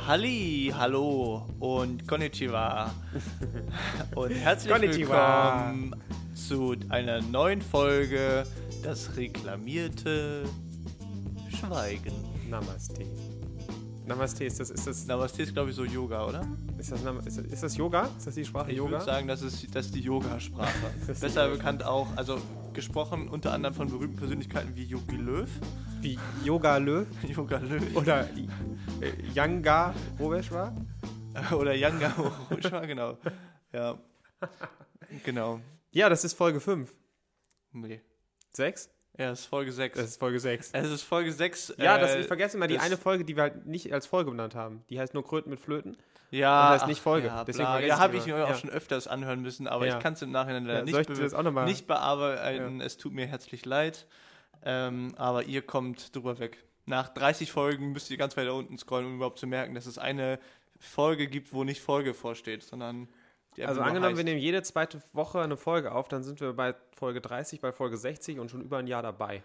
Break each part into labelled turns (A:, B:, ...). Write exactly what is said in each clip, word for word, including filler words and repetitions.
A: Halli, hallo und konnichiwa und herzlich
B: Konnichiwa.
A: willkommen zu einer neuen Folge Das reklamierte Schweigen.
B: Namaste. Namaste, ist das, ist das,
A: Namaste ist, glaube ich, so Yoga, oder?
B: ist das, Nam- ist das, ist das Yoga? Ist das die Sprache
A: Ich
B: Yoga?
A: würde sagen, das ist, das ist die Yoga-Sprache.
B: Das ist
A: Besser
B: die-
A: bekannt auch, also gesprochen unter anderem von berühmten Persönlichkeiten wie Jogi Löw.
B: Wie Yoga Löw
A: Yoga Löw.
B: oder äh, Yanga Robeshwar?
A: Oder Yanga Orochima, genau. Ja, genau.
B: Ja, das ist Folge fünf.
A: Nee.
B: sechs?
A: Ja, das ist Folge sechs.
B: Das ist Folge sechs.
A: Es ist Folge sechs.
B: Ja,
A: äh,
B: das, ich vergesse immer die
A: das-
B: eine Folge, die wir halt nicht als Folge benannt haben. Die heißt nur Kröten mit Flöten.
A: Ja,
B: und heißt nicht
A: ach,
B: Folge.
A: Ja,
B: Deswegen
A: bla.
B: vergesse
A: ja
B: ich
A: habe
B: immer.
A: ich mir
B: Ja.
A: auch schon öfters anhören müssen, aber
B: Ja.
A: ich kann es im Nachhinein leider
B: Ja,
A: nicht,
B: soll ich
A: be-
B: dir das auch noch mal-
A: nicht bearbeiten. Es tut mir herzlich leid. Ähm, aber ihr kommt drüber weg. Nach dreißig Folgen müsst ihr ganz weit da unten scrollen, um überhaupt zu merken, dass es eine Folge gibt, wo nicht Folge vorsteht, sondern die einfach
B: Also
A: nur
B: angenommen, wir
A: heißt.
B: nehmen jede zweite Woche eine Folge auf, dann sind wir bei Folge dreißig, bei Folge sechzig und schon über ein Jahr dabei.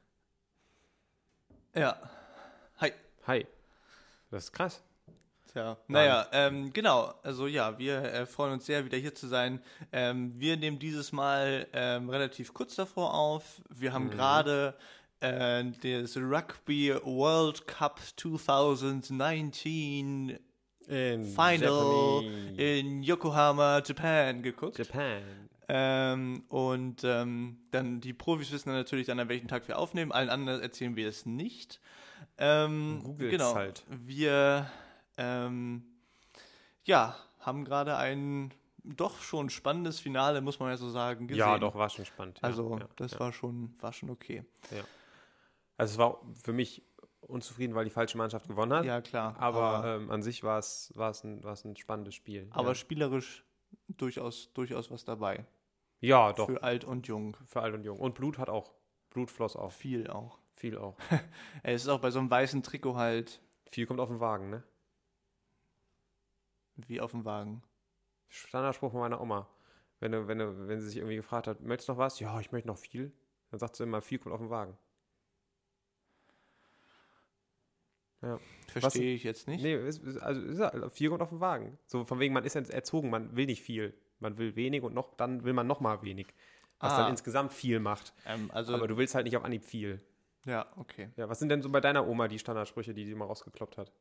A: Ja. Hi.
B: Hi. Das ist krass.
A: Tja, naja, ähm, genau, also ja, wir äh, freuen uns sehr, wieder hier zu sein. Ähm, wir nehmen dieses Mal ähm, relativ kurz davor auf. Wir haben
B: Mhm.
A: gerade äh, das Rugby World Cup zwanzig neunzehn
B: In
A: Final
B: Japanese.
A: in Yokohama, Japan geguckt.
B: Japan.
A: Ähm, und ähm, dann die Profis wissen dann natürlich dann, an welchem Tag wir aufnehmen. Allen anderen erzählen wir es nicht. Ähm,
B: Googles
A: genau.
B: halt.
A: Wir ähm, ja, haben gerade ein doch schon spannendes Finale, muss man ja so sagen, gesehen.
B: Ja, doch, war schon spannend. Ja,
A: Also
B: ja,
A: das
B: ja.
A: war schon, war schon okay.
B: Also es war für mich unzufrieden, weil die falsche Mannschaft gewonnen hat.
A: Ja, klar.
B: Aber,
A: aber,
B: ähm, an sich war es, war es, ein, war es ein spannendes Spiel.
A: aber
B: ja.
A: spielerisch durchaus, durchaus was dabei.
B: ja, doch.
A: Für alt und jung.
B: Für alt und jung. Und Blut hat auch. Blut floss auch.
A: Viel auch.
B: Viel auch.
A: Es ist auch bei so einem weißen Trikot halt
B: Viel kommt auf den Wagen, ne?
A: wie auf dem Wagen.
B: Standardspruch von meiner Oma. Wenn, du, wenn, du, wenn sie sich irgendwie gefragt hat, möchtest du noch was? Ja, ich möchte noch viel. Dann sagt sie immer, viel kommt auf den Wagen. Ja.
A: Verstehe ich jetzt nicht.
B: Nee, ist, ist, also ist halt, viel kommt auf den Wagen. So von wegen, man ist jetzt erzogen, man will nicht viel. Man will wenig und noch, dann will man noch mal wenig. Was
A: Ah.
B: dann insgesamt viel macht.
A: Ähm, also,
B: Aber du willst halt nicht auf Anhieb viel.
A: ja, okay.
B: Ja, was sind denn so bei deiner Oma die Standardsprüche, die sie mal rausgekloppt hat?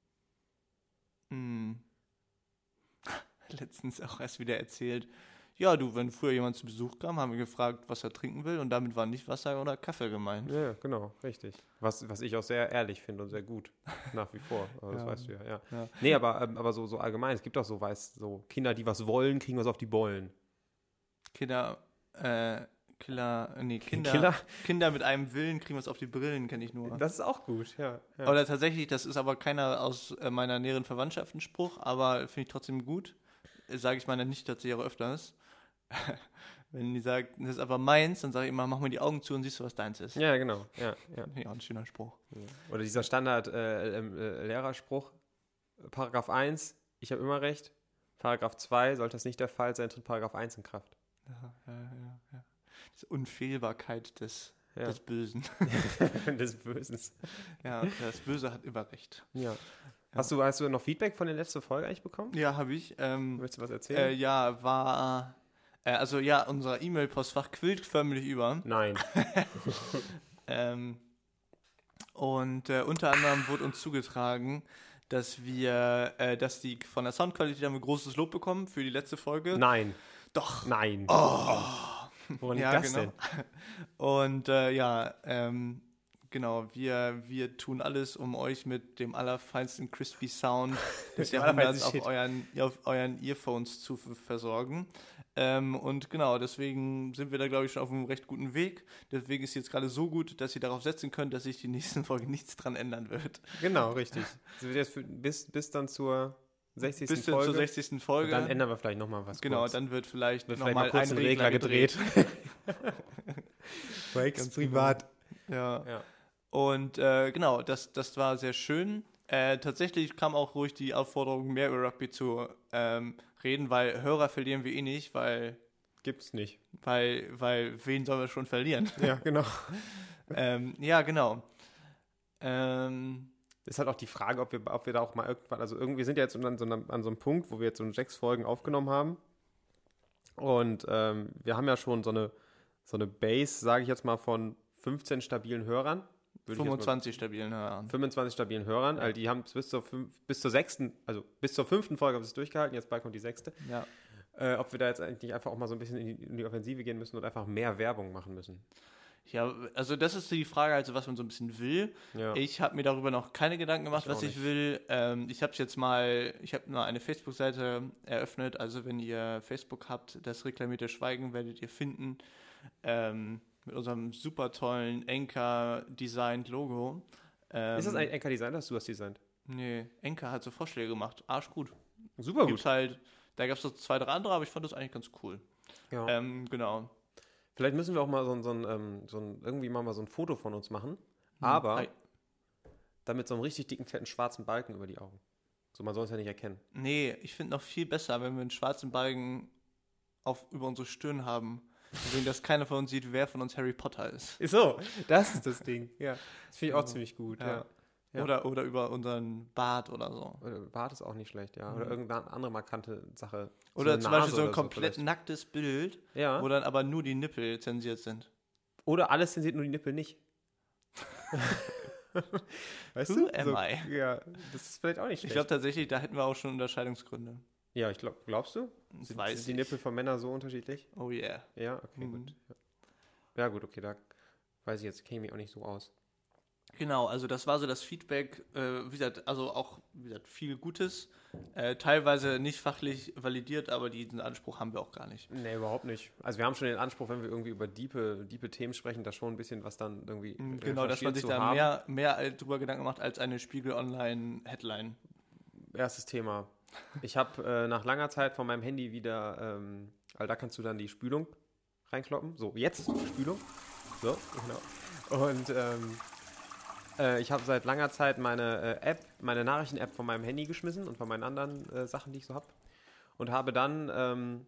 A: Hm. Letztens auch erst wieder erzählt. Ja, du, wenn früher jemand zu Besuch kam, haben wir gefragt, was er trinken will und damit war nicht Wasser oder Kaffee gemeint.
B: Ja, ja, genau, richtig. Was, was ich auch sehr ehrlich finde und sehr gut. Nach wie vor. Aber das
A: Ja.
B: weißt du ja, ja.
A: Ja.
B: Nee, aber, ähm, aber so, so allgemein, es gibt auch so, weiß, so Kinder, die was wollen, kriegen was auf die Bollen.
A: Kinder, äh, Killer, nee, Kinder,
B: Killer?
A: Kinder mit einem Willen kriegen was auf die Brillen, kenne ich nur.
B: Das ist auch gut, ja. ja.
A: Oder tatsächlich, das ist aber keiner aus äh, meiner näheren Verwandtschaft ein Spruch, aber finde ich trotzdem gut. Sage ich meiner Nichte tatsächlich auch öfters. Wenn die sagt, das ist aber meins, dann sage ich immer, mach mir die Augen zu und siehst du, was deins ist.
B: Ja, genau. Ja, ja.
A: Ja, ein schöner Spruch.
B: Oder dieser Standard-Lehrerspruch, äh, äh, Paragraph eins, ich habe immer recht. Paragraph zwei, sollte das nicht der Fall sein, tritt Paragraph eins in Kraft.
A: Ja, ja, ja, ja. Die Unfehlbarkeit des,
B: Ja.
A: des Bösen.
B: Des Bösen.
A: Ja, das Böse hat immer recht.
B: Ja. Hast du, hast du noch Feedback von der letzten Folge eigentlich bekommen?
A: Ja, habe ich. Ähm,
B: Möchtest du was
A: äh,
B: erzählen?
A: ja, war... Äh, also ja, unser E-Mail-Postfach quillt förmlich über.
B: Nein.
A: Ähm, und äh, unter anderem wurde uns zugetragen, dass wir, äh, dass die von der Soundqualität haben wir großes Lob bekommen für die letzte Folge.
B: Nein.
A: Doch.
B: Nein.
A: Oh.
B: Woran
A: Ja,
B: liegt das
A: genau. Und äh, ja, ähm, genau, wir, wir tun alles, um euch mit dem allerfeinsten Crispy Sound des
B: Dem
A: Jahrhunderts
B: allerfeinsten
A: auf euren, auf euren Earphones zu f- versorgen. Ähm, und genau, deswegen sind wir da, glaube ich, schon auf einem recht guten Weg. Deswegen ist es jetzt gerade so gut, dass ihr darauf setzen könnt, dass sich die nächsten Folgen nichts dran ändern wird.
B: denn? Genau, richtig. Das wird jetzt für, bis, bis dann zur sechzigsten
A: Bis zur
B: Folge.
A: sechzigsten Folge.
B: Und dann ändern wir vielleicht nochmal was
A: Genau,
B: kurz.
A: dann wird vielleicht
B: wird
A: nochmal
B: vielleicht mal kurz
A: ein
B: ein
A: Regler,
B: Regler
A: gedreht.
B: gedreht.
A: Ganz
B: privat.
A: Ja.
B: Ja.
A: Und äh, genau, das, das war sehr schön. Äh, tatsächlich kam auch ruhig die Aufforderung, mehr über Rugby zu ähm, reden, weil Hörer verlieren wir eh nicht, weil,
B: Gibt's nicht.
A: weil, weil wen sollen wir schon verlieren?
B: Ja, genau.
A: ähm, ja, genau. Ähm,
B: ist halt auch die Frage, ob wir, ob wir da auch mal irgendwann, also irgendwie wir sind ja jetzt an so, einem, an so einem Punkt, wo wir jetzt so sechs Folgen aufgenommen haben. Und ähm, wir haben ja schon so eine, so eine Base, sage ich jetzt mal, von fünfzehn stabilen Hörern.
A: fünfundzwanzig stabilen Hörern.
B: fünfundzwanzig stabilen Hörern. Ja. Also die haben bis zur, fünf, bis zur sechsten, also bis zur fünften Folge haben sie es durchgehalten, jetzt bald kommt die sechste.
A: Ja.
B: Äh, ob wir da jetzt eigentlich einfach auch mal so ein bisschen in die, in die Offensive gehen müssen und einfach mehr Werbung machen müssen.
A: Ja, also das ist die Frage, also was man so ein bisschen will.
B: Ja.
A: Ich habe mir darüber noch keine Gedanken gemacht,
B: Ich
A: was
B: auch
A: ich
B: nicht.
A: will. Ähm, ich habe es jetzt mal, ich habe mal eine Facebook-Seite eröffnet. Also wenn ihr Facebook habt, das reklamierte Schweigen werdet ihr finden. Ähm, mit unserem super tollen Anchor-designed Logo. Ähm,
B: Ist das ein Anchor-Design, hast du das designt?
A: Nee, Anchor hat so Vorschläge gemacht. Arschgut.
B: Super
A: Gibt's
B: gut.
A: halt, da gab es so zwei, drei andere, aber ich fand das eigentlich ganz cool.
B: Ja.
A: Ähm, genau.
B: Vielleicht müssen wir auch mal so ein, so ein, ähm, so ein irgendwie mal, mal so ein Foto von uns machen, aber
A: Ei.
B: dann mit so einem richtig dicken, fetten schwarzen Balken über die Augen. So, man soll es ja nicht erkennen.
A: Nee, ich finde noch viel besser, wenn wir einen schwarzen Balken auf, über unsere Stirn haben. Deswegen, dass keiner von uns sieht, wer von uns Harry Potter ist.
B: Ist so, das ist das Ding. Ja, das finde ich auch
A: Ja.
B: ziemlich gut.
A: Ja.
B: Ja. Ja.
A: Oder, oder über unseren Bart oder so.
B: Oder Bart ist auch nicht schlecht, ja.
A: Mhm.
B: Oder irgendeine andere markante Sache. So
A: Oder
B: eine
A: zum
B: Nase
A: Beispiel so ein
B: oder
A: komplett
B: vielleicht.
A: nacktes Bild,
B: Ja.
A: wo dann aber nur die Nippel zensiert sind.
B: Oder alles zensiert, nur die Nippel nicht. Weißt
A: Who
B: du?
A: am
B: so,
A: I?
B: Ja, das ist vielleicht auch nicht
A: Ich
B: schlecht.
A: glaube tatsächlich, da hätten wir auch schon Unterscheidungsgründe.
B: ja, ich glaube, glaubst du?
A: Das
B: Sind,
A: weiß
B: sind die
A: ich.
B: Nippel von Männern so unterschiedlich?
A: Oh yeah.
B: Ja, okay,
A: Mhm.
B: gut. Ja. ja, gut, okay, da weiß ich jetzt, kenne ich mich auch nicht so aus.
A: Genau, also das war so das Feedback, äh, wie gesagt, also auch, wie gesagt, viel Gutes, äh, teilweise nicht fachlich validiert, aber diesen Anspruch haben wir auch gar nicht.
B: Nee, überhaupt nicht. Also wir haben schon den Anspruch, wenn wir irgendwie über diepe, diepe Themen sprechen, da schon ein bisschen was dann irgendwie
A: Mhm, Genau, dass man
B: recherchiert
A: sich
B: zu
A: da
B: haben.
A: mehr, mehr als- drüber Gedanken macht als eine Spiegel Online-Headline.
B: Erstes Thema. Ich habe äh, nach langer Zeit von meinem Handy wieder, ähm, weil da kannst du dann die Spülung reinkloppen. So, jetzt die Spülung. So, genau. Und ähm, äh, ich habe seit langer Zeit meine äh, App, meine Nachrichten-App von meinem Handy geschmissen und von meinen anderen äh, Sachen, die ich so habe. Und habe dann, ähm,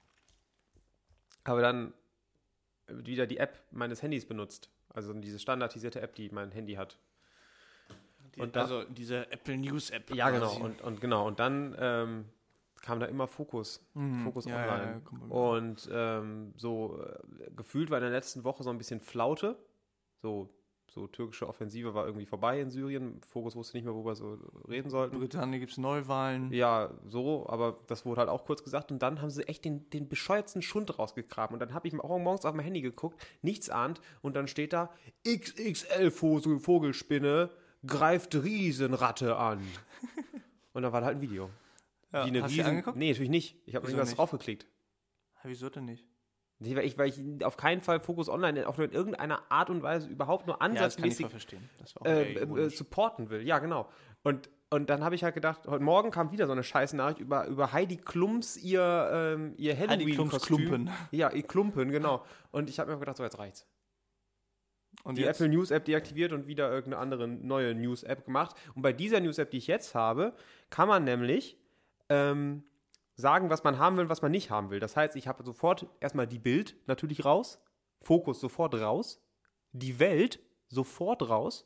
B: habe dann wieder die App meines Handys benutzt. Also diese standardisierte App, die mein Handy hat.
A: Die,
B: Und da-
A: also diese Apple News App.
B: Ja, genau.
A: quasi.
B: Und, und genau. Und dann ähm, kam da immer Fokus.
A: Mhm.
B: Fokus
A: Ja, ja,
B: online.
A: ja, kommt mal wieder.
B: Und ähm, so äh, gefühlt war in der letzten Woche so ein bisschen Flaute. So, so türkische Offensive war irgendwie vorbei in Syrien. Fokus wusste nicht mehr, worüber wir so reden sollten.
A: Britannien gibt es Neuwahlen.
B: Ja, so, aber das wurde halt auch kurz gesagt. Und dann haben sie echt den, den bescheuertsten Schund rausgegraben. Und dann habe ich auch morgens auf mein Handy geguckt, nichts ahnt. Und dann steht da X X L-Vogelspinne greift Riesenratte an. Und dann war da halt ein Video.
A: Ja,
B: Wie eine
A: hast du
B: Riesen...
A: dir angeguckt?
B: Nee, natürlich nicht. Ich habe
A: Wieso
B: irgendwas
A: nicht?
B: draufgeklickt.
A: Wieso denn nicht?
B: Nee, weil ich, weil ich auf keinen Fall Fokus Online auch nur in irgendeiner Art und Weise überhaupt nur
A: Ja, das kann ich
B: ansatzmäßig
A: voll verstehen. Das war auch
B: äh,
A: eher
B: äh,
A: ironisch.
B: supporten will. Ja, genau. Und, und dann habe ich halt gedacht, heute Morgen kam wieder so eine scheiß Nachricht über, über Heidi Klums, ihr, ähm, ihr
A: Heidi Klums
B: Halloween-Kostüm.
A: Klumpen.
B: Ja, ihr Klumpen, genau. Und ich habe mir gedacht, so jetzt reicht's.
A: Und
B: Die
A: jetzt?
B: Apple News App deaktiviert und wieder irgendeine andere neue News App gemacht. Und bei dieser News App, die ich jetzt habe, kann man nämlich ähm, sagen, was man haben will und was man nicht haben will. Das heißt, ich habe sofort erstmal die Bild natürlich raus, Fokus sofort raus, die Welt sofort raus.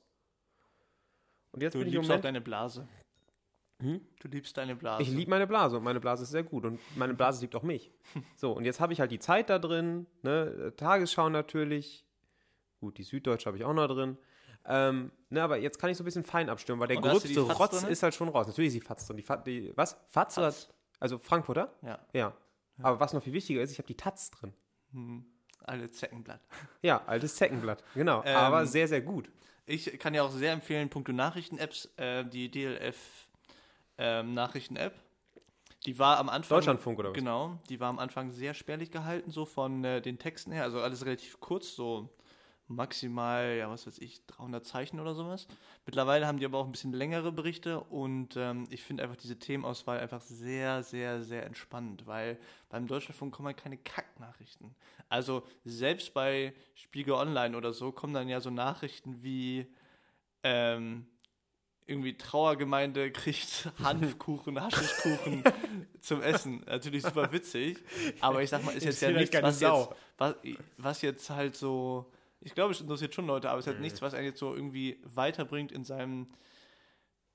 B: Und jetzt
A: Du
B: bin ich im
A: liebst auch
B: Moment...
A: deine Blase.
B: Hm?
A: Du liebst deine Blase.
B: Ich liebe meine Blase und meine Blase ist sehr gut und meine Blase liebt auch mich. So, und jetzt habe ich halt die Zeit da drin, ne, Tagesschau natürlich, gut, die Süddeutsche habe ich auch noch drin, ähm, ne, aber jetzt kann ich so ein bisschen fein abstimmen, weil der
A: Und hast du die
B: gröbste
A: Fatz
B: Rotz
A: drin?
B: ist halt schon raus. Natürlich ist die Fatz drin. Die, Fa die was? Fatz,
A: Fatz.
B: oder? Also Frankfurter?
A: Ja.
B: Ja. Aber was noch viel wichtiger ist, ich habe die Taz drin.
A: Hm. Alle Zeckenblatt.
B: Ja, altes Zeckenblatt, genau,
A: Ähm,
B: aber sehr, sehr gut.
A: Ich kann ja auch sehr empfehlen, punkto Nachrichten-Apps, äh, die D L F ähm, Nachrichten-App. Die war am Anfang...
B: Deutschlandfunk oder was?
A: Genau, die war am Anfang sehr spärlich gehalten, so von äh, den Texten her. Also alles relativ kurz, so maximal, ja, was weiß ich, dreihundert Zeichen oder sowas. Mittlerweile haben die aber auch ein bisschen längere Berichte und ähm, ich finde einfach diese Themenauswahl einfach sehr, sehr, sehr entspannend, weil beim Deutschlandfunk kommen halt keine Kacknachrichten. Also selbst bei Spiegel Online oder so kommen dann ja so Nachrichten wie ähm, irgendwie Trauergemeinde kriegt Hanfkuchen, Haschischkuchen zum Essen. Natürlich super witzig, aber ich sag mal, ist jetzt ja
B: Interessiert
A: nichts,
B: keine
A: was
B: Sau.
A: jetzt, was, was jetzt halt so, ich glaube, es interessiert schon Leute, aber es ist halt
B: Mhm.
A: nichts, was einen jetzt so irgendwie weiterbringt in seinem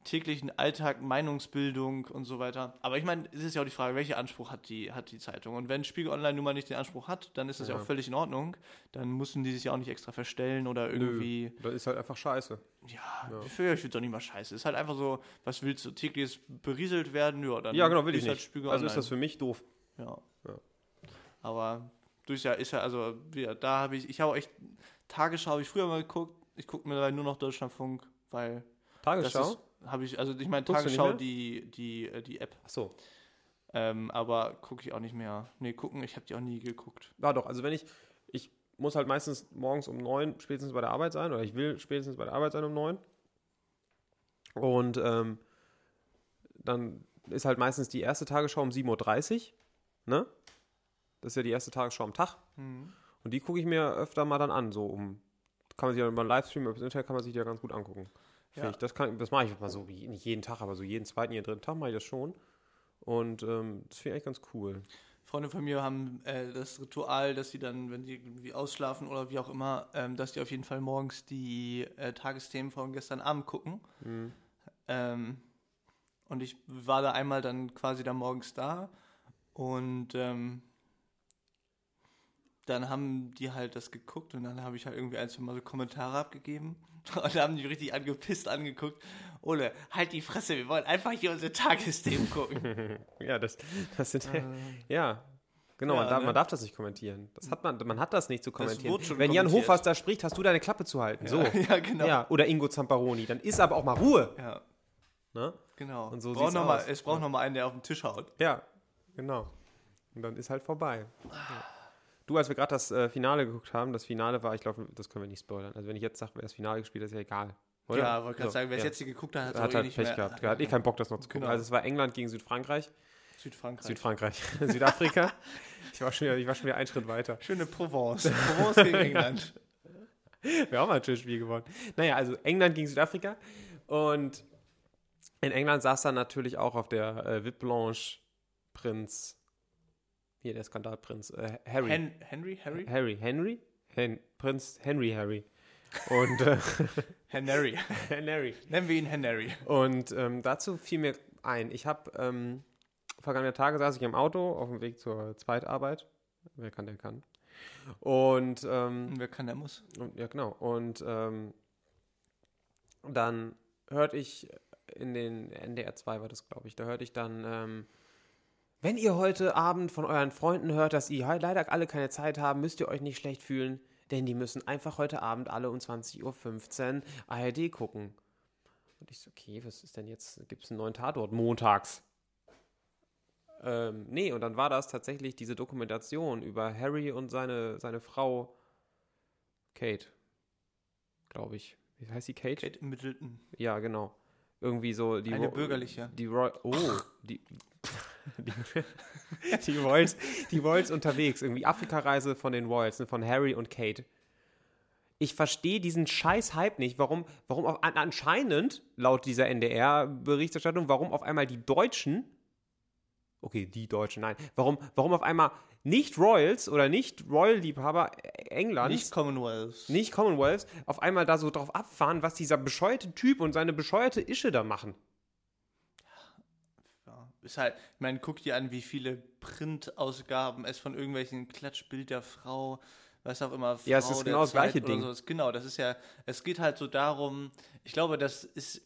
A: täglichen Alltag, Meinungsbildung und so weiter. Aber ich meine, es ist ja auch die Frage, welchen Anspruch hat die, hat die Zeitung? Und wenn Spiegel Online nun mal nicht den Anspruch hat, dann ist das ja, ja auch völlig in Ordnung. Dann müssen die sich ja auch nicht extra verstellen oder irgendwie...
B: Nö, das ist halt einfach scheiße.
A: Ja, ja. für euch wird doch nicht mal scheiße. Es ist halt einfach so, was willst du, tägliches berieselt werden? Ja, dann
B: ja genau, will ich
A: halt
B: nicht.
A: Spiegel
B: also
A: Online.
B: Ist das für mich doof.
A: Ja.
B: ja.
A: Aber durch ja, ist ja, also, wieder, da habe ich, ich habe auch echt, Tagesschau habe ich früher mal geguckt. Ich gucke mittlerweile nur noch Deutschlandfunk, weil...
B: Tagesschau?
A: Habe ich, also ich meine Tagesschau, die, die, die App.
B: Ach so.
A: Ähm, aber gucke ich auch nicht mehr. Nee, gucken, ich habe die auch nie geguckt.
B: Ja doch, also wenn ich, ich muss halt meistens morgens um neun spätestens bei der Arbeit sein, oder ich will spätestens bei der Arbeit sein um neun. Und ähm, dann ist halt meistens die erste Tagesschau um sieben Uhr dreißig, ne? Das ist ja die erste Tagesschau am Tag.
A: Mhm.
B: Und die gucke ich mir öfter mal dann an, so um, kann man sich ja über einen Livestream, über das Internet kann man sich die ja ganz gut angucken. Ja. Ich, das kann, das mache ich mal so, nicht jeden Tag, aber so jeden zweiten, jeden dritten Tag mache ich das schon. Und ähm, das finde ich eigentlich ganz cool.
A: Freunde von mir haben äh, das Ritual, dass sie dann, wenn sie irgendwie ausschlafen oder wie auch immer, ähm, dass die auf jeden Fall morgens die äh, Tagesthemen von gestern Abend gucken.
B: Mhm.
A: Ähm, und ich war da einmal dann quasi da morgens da und ähm, dann haben die halt das geguckt und dann habe ich halt irgendwie ein, zwei Mal so Kommentare abgegeben. Und da haben die richtig angepisst angeguckt. Ole, halt die Fresse, wir wollen einfach hier unsere Tagesthemen gucken.
B: ja, das, das sind, äh, ja, genau, ja, man, darf, ne? man darf das nicht kommentieren. Das hat man, man hat das nicht zu kommentieren. Wenn Jan Hofers da spricht, hast du deine Klappe zu halten.
A: Ja,
B: so.
A: ja, genau.
B: Ja, oder Ingo Zamparoni, dann ist aber auch mal Ruhe.
A: Ja,
B: ne?
A: genau.
B: Und so
A: braucht noch mal, es braucht
B: ja.
A: noch mal einen, der auf den Tisch haut.
B: Ja, genau. Und dann ist halt vorbei. Ja. Du, als wir gerade das äh, Finale geguckt haben, das Finale war, ich glaube, das können wir nicht spoilern. Also wenn ich jetzt sage, wer das Finale gespielt hat, ist ja egal. Oder?
A: Ja, wollte gerade
B: so,
A: sagen, wer es
B: ja.
A: jetzt hier geguckt hat, hat,
B: hat
A: eh
B: halt
A: nicht
B: Pech
A: mehr,
B: gehabt. Er hat eh keinen Bock, das noch zu gucken.
A: Genau.
B: Also es war England gegen Südfrankreich.
A: Südfrankreich.
B: Südfrankreich. Südafrika. Ich war, schon wieder, ich war schon wieder einen Schritt weiter.
A: Schöne Provence. Provence gegen England.
B: Wir haben ein schönes Spiel gewonnen. Naja, also England gegen Südafrika. Und in England saß dann natürlich auch auf der äh, Vip Blanche Prinz, hier der Skandalprinz, äh, Harry.
A: Hen- Henry? Harry?
B: Harry. Henry? Hen- Prinz Henry Harry. Und äh,
A: Henry.
B: Henry.
A: Nennen wir ihn Henry.
B: Und ähm, dazu fiel mir ein, ich habe ähm, vergangene Tage saß ich im Auto auf dem Weg zur Zweitarbeit. Wer kann, der kann. Und ähm,
A: wer kann, der muss.
B: Und, ja, genau. Und ähm, dann hörte ich in den N D R zwei war das, glaube ich, da hörte ich dann, ähm, wenn ihr heute Abend von euren Freunden hört, dass ihr leider alle keine Zeit haben, müsst ihr euch nicht schlecht fühlen, denn die müssen einfach heute Abend alle um zwanzig Uhr fünfzehn A R D gucken. Und ich so, okay, was ist denn jetzt, gibt es einen neuen Tatort montags? Ähm, nee, und dann war das tatsächlich diese Dokumentation über Harry und seine, seine Frau Kate, glaube ich. Wie heißt sie, Kate?
A: Kate Middleton.
B: Ja, genau. Irgendwie so die
A: Eine
B: Ro-
A: bürgerliche.
B: Die Roy- oh, die die, die Royals, die Royals unterwegs, irgendwie Afrika-Reise von den Royals, ne, von Harry und Kate. Ich verstehe diesen scheiß Hype nicht, warum, warum auf, an, anscheinend, laut dieser N D R-Berichterstattung, warum auf einmal die Deutschen, okay, die Deutschen, nein, warum, warum auf einmal nicht Royals oder nicht Royal-Liebhaber Englands,
A: Nicht Commonwealth.
B: nicht Commonwealth, auf einmal da so drauf abfahren, was dieser bescheuerte Typ und seine bescheuerte Ische da machen.
A: Ja, ist halt, ich meine, guck dir an, wie viele Printausgaben es von irgendwelchen Klatschbild der Frau, was auch immer, Frau
B: Ja, es ist
A: der
B: genau das
A: Zeit
B: gleiche
A: oder
B: Ding.
A: So ist. Genau, das ist ja, es geht halt so darum, ich glaube, das ist,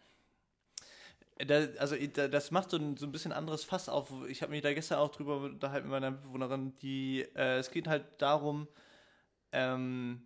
A: da, also da, das macht so ein, so ein bisschen anderes Fass auf. Ich habe mich da gestern auch drüber unterhalten mit meiner Bewohnerin, die, äh, es geht halt darum, ähm,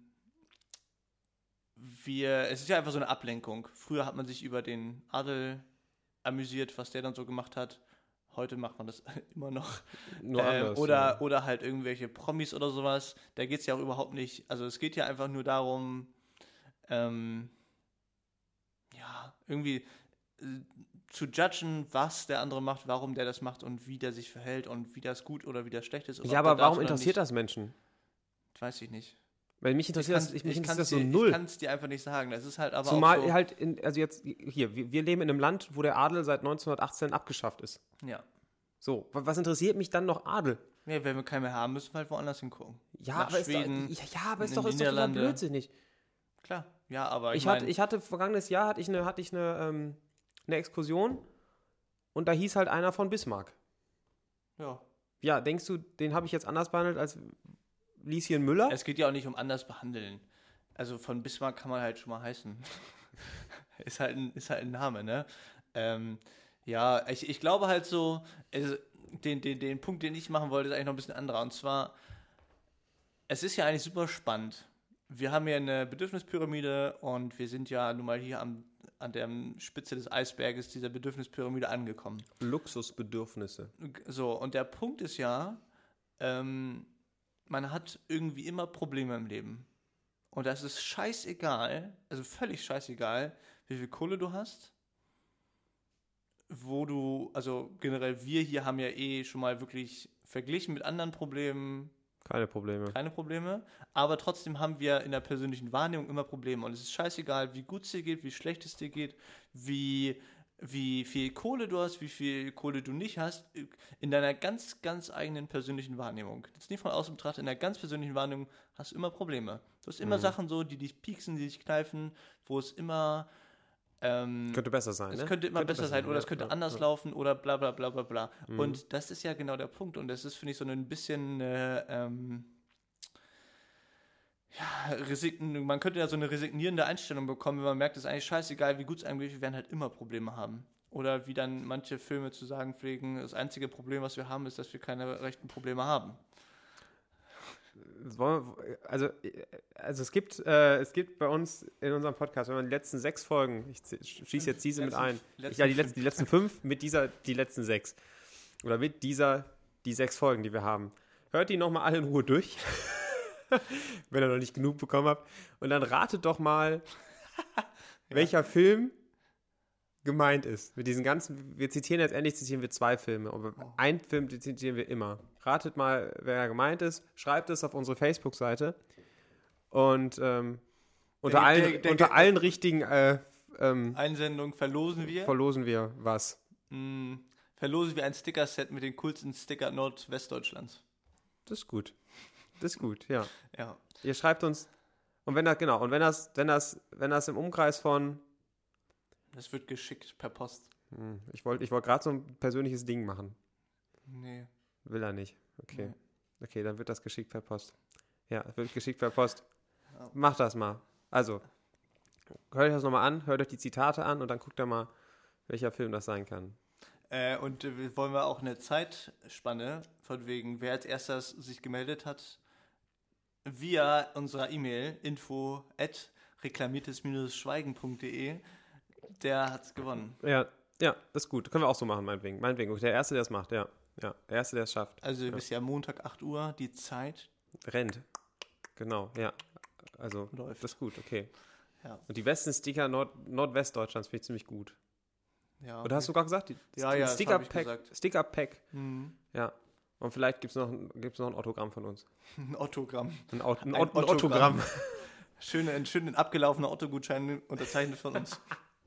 A: wir, es ist ja einfach so eine Ablenkung. Früher hat man sich über den Adel amüsiert, was der dann so gemacht hat. Heute macht man das immer noch.
B: Nur
A: ähm,
B: anders.
A: oder,
B: ja.
A: oder halt irgendwelche Promis oder sowas. Da geht es ja auch überhaupt nicht. Also es geht ja einfach nur darum, ähm, ja, irgendwie äh, zu judgen, was der andere macht, warum der das macht und wie der sich verhält und wie das gut oder wie das schlecht ist.
B: Ja, aber warum interessiert das Menschen?
A: Weiß ich nicht.
B: Weil mich interessiert das, ich, mich
A: ich
B: interessiert das so
A: dir,
B: null.
A: Ich kann es dir einfach nicht sagen. Das ist halt aber
B: Zumal
A: auch so,
B: halt, in, also jetzt, hier, wir, wir leben in einem Land, wo der Adel seit neunzehnhundertachtzehn abgeschafft ist.
A: ja.
B: So, wa- was interessiert mich dann noch Adel?
A: Ja, wenn wir keinen mehr haben, müssen wir halt woanders hingucken.
B: Ja,
A: Nach
B: aber
A: Schweden,
B: ist doch, ja, ja, aber ist
A: in
B: doch,
A: die
B: ist doch total
A: Niederlande.
B: blödsinnig.
A: Klar, ja, aber ich,
B: Ich,
A: mein,
B: hatte, ich hatte, vergangenes Jahr hatte ich eine, hatte ich eine ähm, eine Exkursion und da hieß halt einer von Bismarck.
A: Ja.
B: Ja, denkst du, den habe ich jetzt anders behandelt als Lieschen Müller?
A: Es geht ja auch nicht um anders behandeln. Also von Bismarck kann man halt schon mal heißen. ist, halt ein, ist halt ein Name, ne? Ähm, ja, ich, ich glaube halt so, also den, den, den Punkt, den ich machen wollte, ist eigentlich noch ein bisschen anderer. Und zwar, es ist ja eigentlich super spannend. Wir haben ja eine Bedürfnispyramide und wir sind ja nun mal hier am, an der Spitze des Eisberges dieser Bedürfnispyramide angekommen.
B: Luxusbedürfnisse.
A: So, und der Punkt ist ja, ähm, man hat irgendwie immer Probleme im Leben. Und das ist scheißegal, also völlig scheißegal, wie viel Kohle du hast, wo du, also generell wir hier haben ja eh schon mal wirklich verglichen mit anderen Problemen,
B: Keine Probleme.
A: keine Probleme, aber trotzdem haben wir in der persönlichen Wahrnehmung immer Probleme und es ist scheißegal, wie gut es dir geht, wie schlecht es dir geht, wie, wie viel Kohle du hast, wie viel Kohle du nicht hast, in deiner ganz, ganz eigenen persönlichen Wahrnehmung. Jetzt nicht von außen betrachtet, in der ganz persönlichen Wahrnehmung hast du immer Probleme. Du hast immer
B: Mhm.
A: Sachen so, die dich pieksen, die dich kneifen, wo es immer ähm,
B: Könnte besser sein,
A: es
B: ne?
A: könnte immer besser sein oder
B: ja,
A: es könnte
B: ja,
A: anders
B: ja.
A: laufen oder bla bla bla bla bla.
B: Mhm.
A: Und das ist ja genau der Punkt. Und das ist, finde ich, so ein bisschen äh, ähm, ja, resign- man könnte ja so eine resignierende Einstellung bekommen, wenn man merkt, es ist eigentlich scheißegal, wie gut es einem geht, wir werden halt immer Probleme haben. Oder wie dann manche Filme zu sagen pflegen, das einzige Problem, was wir haben, ist, dass wir keine rechten Probleme haben.
B: Das wollen wir- Also, also es gibt, äh, es gibt bei uns in unserem Podcast, wenn man die letzten sechs Folgen, ich schieße jetzt diese mit
A: Letzten-
B: ein,
A: letzten
B: ja, die letzten,
A: fünf.
B: die letzten fünf mit dieser, die letzten sechs. Oder mit dieser, die sechs Folgen, die wir haben. Hört die nochmal alle in Ruhe durch, wenn ihr noch nicht genug bekommen habt. Und dann ratet doch mal, welcher Film gemeint ist. Mit diesen ganzen, wir zitieren jetzt endlich, zitieren wir zwei Filme, aber
A: Oh.
B: einen Film zitieren wir immer. Ratet mal, wer gemeint ist, schreibt es auf unsere Facebook-Seite und ähm, unter,
A: Der-
B: allen,
A: der- der-
B: unter
A: der-
B: allen richtigen äh, ähm,
A: Einsendung verlosen wir.
B: verlosen wir was.
A: mh, verlosen wir ein Sticker-Set mit den coolsten Sticker Nordwestdeutschlands.
B: Das ist gut. Das ist gut, ja.
A: Ja.
B: Ihr schreibt uns, und wenn das, genau, und wenn das, wenn das, wenn das im Umkreis von,
A: Das wird geschickt per Post.
B: hm, ich wollte ich wollt gerade so ein persönliches Ding machen.
A: Nee.
B: Will er nicht. Okay.
A: Nee.
B: Okay, dann wird das geschickt per Post. Ja, es wird geschickt per Post.
A: Ja.
B: Macht das mal. Also, hört euch das nochmal an, hört euch die Zitate an und dann guckt ihr mal, welcher Film das sein kann.
A: Äh, und äh, wollen wir auch eine Zeitspanne, von wegen, wer als erstes sich gemeldet hat, via unserer E-Mail info at reklamiertes schweigen punkt de, der hat's gewonnen.
B: Ja, ja, das ist gut. Können wir auch so machen, meinetwegen. Meinetwegen. Der Erste, der es macht, ja. Ja, der Erste, der es schafft.
A: Also ihr
B: Ja.
A: wisst ja, Montag acht Uhr, die Zeit
B: Rennt. Genau, ja. Also,
A: läuft.
B: das ist gut, okay.
A: Ja.
B: Und die besten Sticker Nord Nordwestdeutschlands finde ich ziemlich gut.
A: Ja,
B: Oder hast du gerade gesagt? Die,
A: Ja,
B: die
A: ja, das
B: Sticker
A: hab ich
B: Pack.
A: gesagt.
B: Sticker Pack.
A: Mhm.
B: Ja. Und vielleicht gibt es noch, gibt's noch ein Autogramm von uns.
A: Ein Ottogramm.
B: Ein, Aut ein,
A: Ein
B: Ot ein
A: Ottogramm.
B: Autogramm.
A: Schöne, ein schönen abgelaufener Otto-Gutschein unterzeichnet von uns.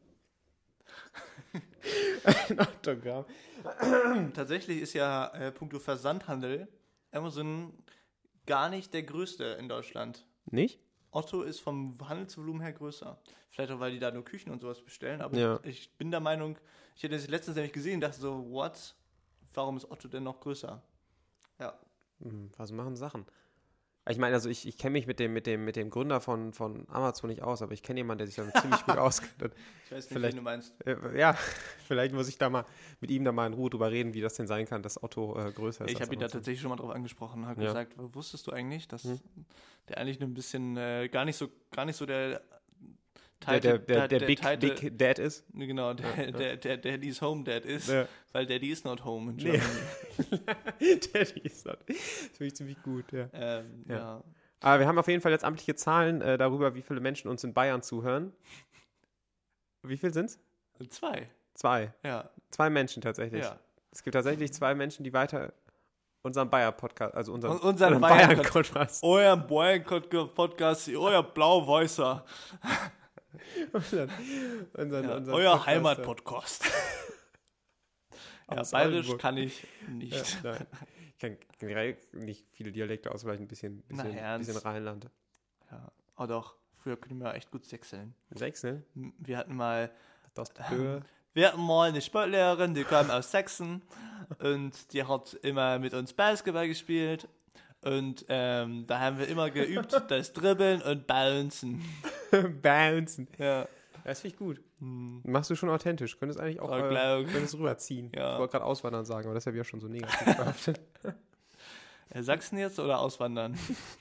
B: ein Autogramm.
A: Tatsächlich ist ja äh, puncto Versandhandel Amazon gar nicht der größte in Deutschland.
B: Nicht?
A: Otto ist vom Handelsvolumen her größer. Vielleicht auch, weil die da nur Küchen und sowas bestellen. Aber
B: Ja.
A: ich bin der Meinung, ich hätte das letztens nämlich gesehen und dachte so, what? Warum ist Otto denn noch größer? Ja.
B: Hm, was machen Sachen? Ich meine, also ich, ich kenne mich mit dem, mit, dem, mit dem Gründer von, von Amazon nicht aus, aber ich kenne jemanden, der sich damit ziemlich gut auskennt.
A: Ich weiß nicht,
B: Vielleicht-
A: wen du meinst.
B: Äh, ja, vielleicht muss ich da mal mit ihm da mal in Ruhe drüber reden, wie das denn sein kann, dass Otto äh, größer ist.
A: Ich
B: als
A: habe ihn da
B: Amazon.
A: tatsächlich schon mal drauf angesprochen, habe
B: Ja.
A: gesagt, wusstest du eigentlich, dass
B: Hm.
A: der eigentlich nur ein bisschen äh, gar nicht so gar nicht so der
B: Der, der, der, der, Big,
A: Titel-
B: Big Dad ist.
A: genau, der,
B: Ja, ja.
A: der, der Daddy's Home Dad ist,
B: Ja.
A: weil Daddy is not home in
B: Nee.
A: Germany.
B: Daddy ist das. Das finde ich ziemlich gut, ja.
A: Ähm,
B: Ja.
A: ja.
B: Aber wir haben auf jeden Fall jetzt amtliche Zahlen äh, darüber, wie viele Menschen uns in Bayern zuhören. Wie viel sind's?
A: Zwei.
B: Zwei.
A: Ja.
B: Zwei Menschen tatsächlich.
A: Ja.
B: Es gibt tatsächlich zwei Menschen, die weiter unseren Bayer-Podcast, also unseren,
A: Und unseren Bayern-
B: Bayern-Podcast.
A: Euer Bayern-Podcast, euer Blau-Weißer,
B: unseren, unseren,
A: ja,
B: unseren
A: euer
B: Podcast,
A: Heimatpodcast. Ja,
B: Aus
A: bayerisch
B: Oldenburg.
A: kann ich nicht.
B: Ja, nein. Ich kann generell nicht viele Dialekte aus, vielleicht ein bisschen,
A: Na,
B: bisschen,
A: ernst?
B: bisschen Rheinland.
A: Ja. Oh doch, früher können wir echt gut sechseln.
B: Sechs, ne?
A: Wir hatten mal
B: Das Böhe.
A: Wir hatten mal eine Sportlehrerin, die kam aus Sachsen und die hat immer mit uns Basketball gespielt. Und ähm, da haben wir immer geübt, das Dribbeln und Bouncen.
B: Bouncen.
A: Ja.
B: Das finde ich gut.
A: Hm.
B: Machst du schon authentisch. Könntest eigentlich auch
A: Oh,
B: äh,
A: glaub.
B: könntest rüberziehen.
A: Ja.
B: Ich wollte gerade auswandern sagen, aber das habe ich ja schon so negativ behaftet.
A: Äh, Sachsen jetzt oder auswandern?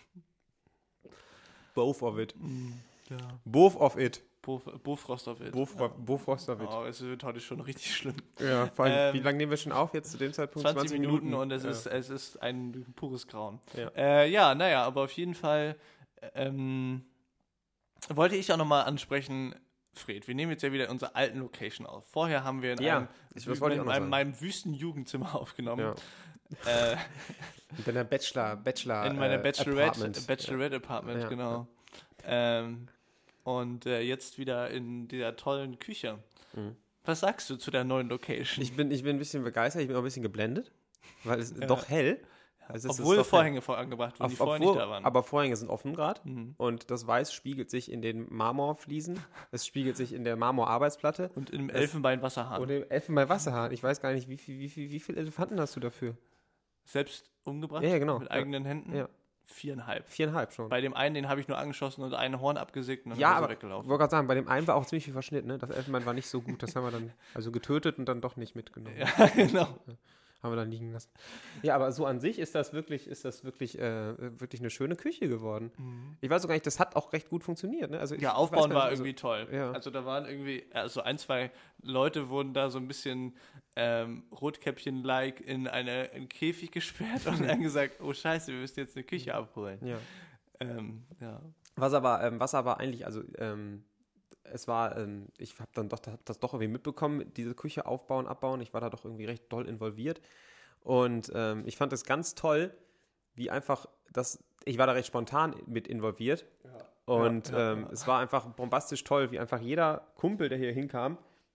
B: Both of it.
A: Ja.
B: Both of it.
A: Bofrost auf it.
B: Both, both of it.
A: Oh, es wird heute schon richtig schlimm.
B: Ja, vor allem,
A: Ähm,
B: wie lange nehmen wir schon auf jetzt zu dem Zeitpunkt?
A: zwanzig Minuten und es,
B: ja.
A: ist, es ist ein pures Grauen.
B: Ja.
A: Äh, ja, naja, aber auf jeden Fall ähm, wollte ich auch nochmal ansprechen, Fred, wir nehmen jetzt ja wieder in unserer alten Location auf. Vorher haben wir in
B: Ja,
A: einem,
B: ich- das wollte ich
A: in
B: auch noch
A: einem,
B: sagen.
A: meinem wüsten Jugendzimmer aufgenommen.
B: Ja.
A: Äh,
B: In deiner Bachelor, Bachelor
A: in meiner
B: äh,
A: Bachelorette
B: Apartment.
A: Bachelorette Apartment,
B: Ja,
A: genau. Ähm, und äh, jetzt wieder in dieser tollen Küche.
B: Mhm.
A: Was sagst du zu der neuen Location?
B: Ich bin, ich bin ein bisschen begeistert, ich bin auch ein bisschen geblendet, weil es
A: Ja.
B: doch hell. Also es ist
A: Obwohl
B: doch
A: Vorhänge vorangebracht wurden,
B: Auf,
A: die vorher
B: obwohl,
A: nicht da waren.
B: Aber Vorhänge sind offen gerade
A: Mhm.
B: und das Weiß spiegelt sich in den Marmorfliesen, es spiegelt sich in der Marmorarbeitsplatte
A: Und im
B: Es-
A: Elfenbein-Wasserhahn.
B: und im Elfenbein-Wasserhahn. Ich weiß gar nicht, wie viel, wie viel, wie viel Elefanten hast du dafür?
A: Selbst umgebracht?
B: Ja, genau.
A: Mit
B: Ja.
A: eigenen Händen?
B: Ja.
A: Viereinhalb.
B: Viereinhalb schon.
A: Bei dem einen, den habe ich nur angeschossen und ein Horn abgesägt und dann
B: ja,
A: ist er
B: aber ich
A: weggelaufen.
B: wollte gerade sagen, bei dem einen war auch ziemlich viel Verschnitt, ne? Das Elfenbein war nicht so gut, das haben wir dann also getötet und dann doch nicht mitgenommen.
A: Ja, genau.
B: Haben wir dann liegen lassen. Ja, aber so an sich ist das wirklich, ist das wirklich, äh, wirklich eine schöne Küche geworden. Ich weiß auch gar nicht, das hat auch recht gut funktioniert. Ne? Also ich,
A: Ja,
B: ich
A: Aufbauen
B: weiß gar
A: war
B: nicht, also-
A: irgendwie toll.
B: ja.
A: Also da waren irgendwie, also ein, zwei Leute wurden da so ein bisschen ähm, Rotkäppchen-like in eine, in einen Käfig gesperrt und dann gesagt, oh scheiße, wir müssen jetzt eine Küche abholen.
B: Ja.
A: Ähm, ja.
B: Was aber, ähm, was aber eigentlich, also ähm, es war, ähm, ich habe dann doch hab das doch irgendwie mitbekommen, diese Küche aufbauen, abbauen. Ich war da doch irgendwie recht doll involviert. Und ähm, ich fand es ganz toll, wie einfach das, ich war da recht spontan mit involviert. Und
A: Ja, ja,
B: ähm,
A: ja.
B: es war einfach bombastisch toll, wie einfach jeder Kumpel, der hier hinkam,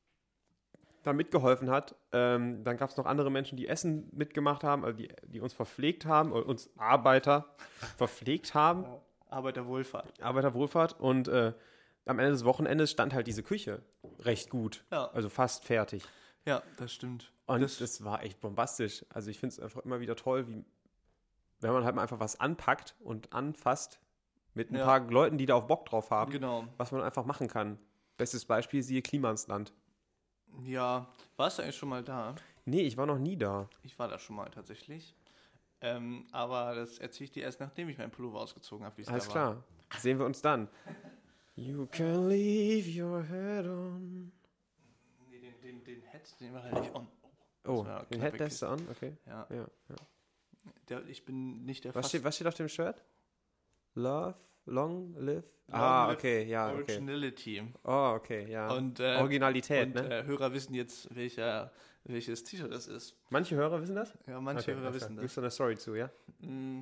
B: da mitgeholfen hat. Ähm, dann gab es noch andere Menschen, die Essen mitgemacht haben, also die, die uns verpflegt haben, oder uns Arbeiter verpflegt haben.
A: Arbeiterwohlfahrt.
B: Arbeiterwohlfahrt und äh, am Ende des Wochenendes stand halt diese Küche recht gut,
A: Ja,
B: also fast fertig.
A: ja, das stimmt.
B: Und
A: Das-
B: das, war echt bombastisch. Also ich finde es einfach immer wieder toll, wie wenn man halt mal einfach was anpackt und anfasst mit ein
A: Ja.
B: paar Leuten, die da auch Bock drauf haben,
A: Genau.
B: was man einfach machen kann. Bestes Beispiel, siehe Klimansland.
A: Ja, warst du eigentlich schon mal da?
B: Nee, ich war noch nie da.
A: Ich war da schon mal tatsächlich. Ähm, aber das erzähle ich dir erst, nachdem ich meinen Pullover ausgezogen habe, wie es
B: Alles
A: da
B: klar. Sehen wir uns dann. You can leave your head on.
A: war. Nee, den, den, den Head, den war halt nicht on.
B: Oh,
A: war
B: den
A: knapp
B: Head lässt du an? Okay.
A: Ja,
B: Ja, ja.
A: der, ich bin nicht der
B: Was
A: Fast-
B: steht, was steht auf dem Shirt? Love, long, live?
A: Long
B: ah,
A: live
B: okay, ja, okay.
A: Originality.
B: Oh, okay, ja.
A: Und, äh,
B: Originalität,
A: und
B: ne?
A: äh, Hörer wissen jetzt, welcher, welches T-Shirt das ist.
B: Manche Hörer wissen das?
A: Ja, manche
B: Okay,
A: Hörer
B: alles
A: wissen
B: klar.
A: das.
B: Gibst du eine Story zu, ja?
A: Mm.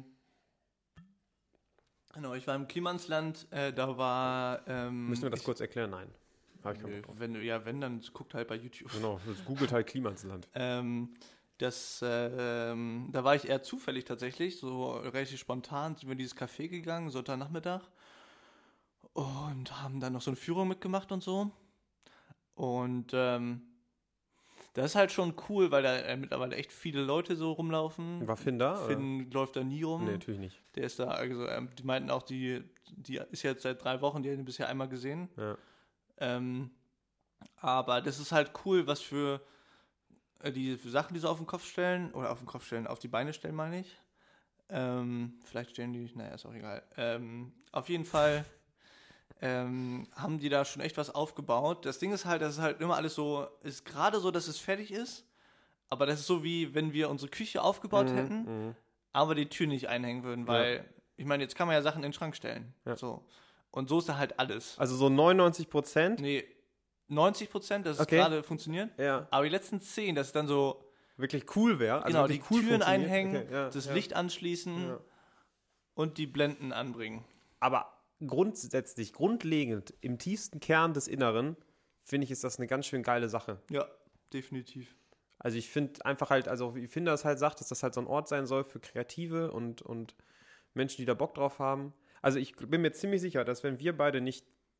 A: Genau, ich war im Klimansland, äh, da war... Ähm,
B: Müssen wir das
A: ich,
B: kurz erklären? Nein. Hab ich keinen
A: Nö,
B: Bock drauf.
A: wenn, du- ja, wenn, dann guckt halt bei YouTube.
B: Genau, das googelt halt Klimansland.
A: Ähm, das, äh, ähm, da war ich eher zufällig tatsächlich, so relativ spontan sind wir in dieses Café gegangen, Sonntagnachmittag und haben dann noch so eine Führung mitgemacht und so. Und ähm, das ist halt schon cool, weil da äh, mittlerweile echt viele Leute so rumlaufen.
B: War Finn da?
A: Finn läuft da nie rum.
B: Nee, natürlich nicht.
A: Der ist da, also ähm, die meinten auch, die, die ist jetzt seit drei Wochen, die hat ihn bisher einmal gesehen.
B: Ja.
A: Ähm, aber das ist halt cool, was für äh, die für Sachen, die sie auf den Kopf stellen, oder auf den Kopf stellen, auf die Beine stellen, meine ich. Ähm, vielleicht stellen die, naja, ist auch egal. Ähm, auf jeden Fall ähm, haben die da schon echt was aufgebaut. Das Ding ist halt, das ist halt immer alles so, ist gerade so, dass es fertig ist, aber das ist so wie, wenn wir unsere Küche aufgebaut
B: Mhm,
A: hätten,
B: mhm.
A: aber die Tür nicht einhängen würden, weil, ich meine, jetzt kann man ja Sachen in den Schrank stellen.
B: Ja.
A: So. Und so ist da halt alles.
B: Also so neunundneunzig Prozent?
A: Nee, neunzig Prozent, dass
B: Okay.
A: es gerade funktioniert.
B: Ja.
A: Aber die letzten zehn, dass es dann so,
B: Wirklich cool wäre. Also
A: genau, die
B: wirklich cool
A: Türen
B: funktioniert.
A: einhängen,
B: Okay, ja,
A: das
B: ja.
A: Licht anschließen
B: Ja.
A: und die Blenden anbringen.
B: Aber grundsätzlich, grundlegend, im tiefsten Kern des Inneren, finde ich, ist das eine ganz schön geile Sache.
A: Ja, definitiv.
B: Also ich finde einfach halt, also wie Finn das halt sagt, dass das halt so ein Ort sein soll für Kreative und, und Menschen, die da Bock drauf haben. Also ich bin mir ziemlich sicher, dass wenn wir beide nicht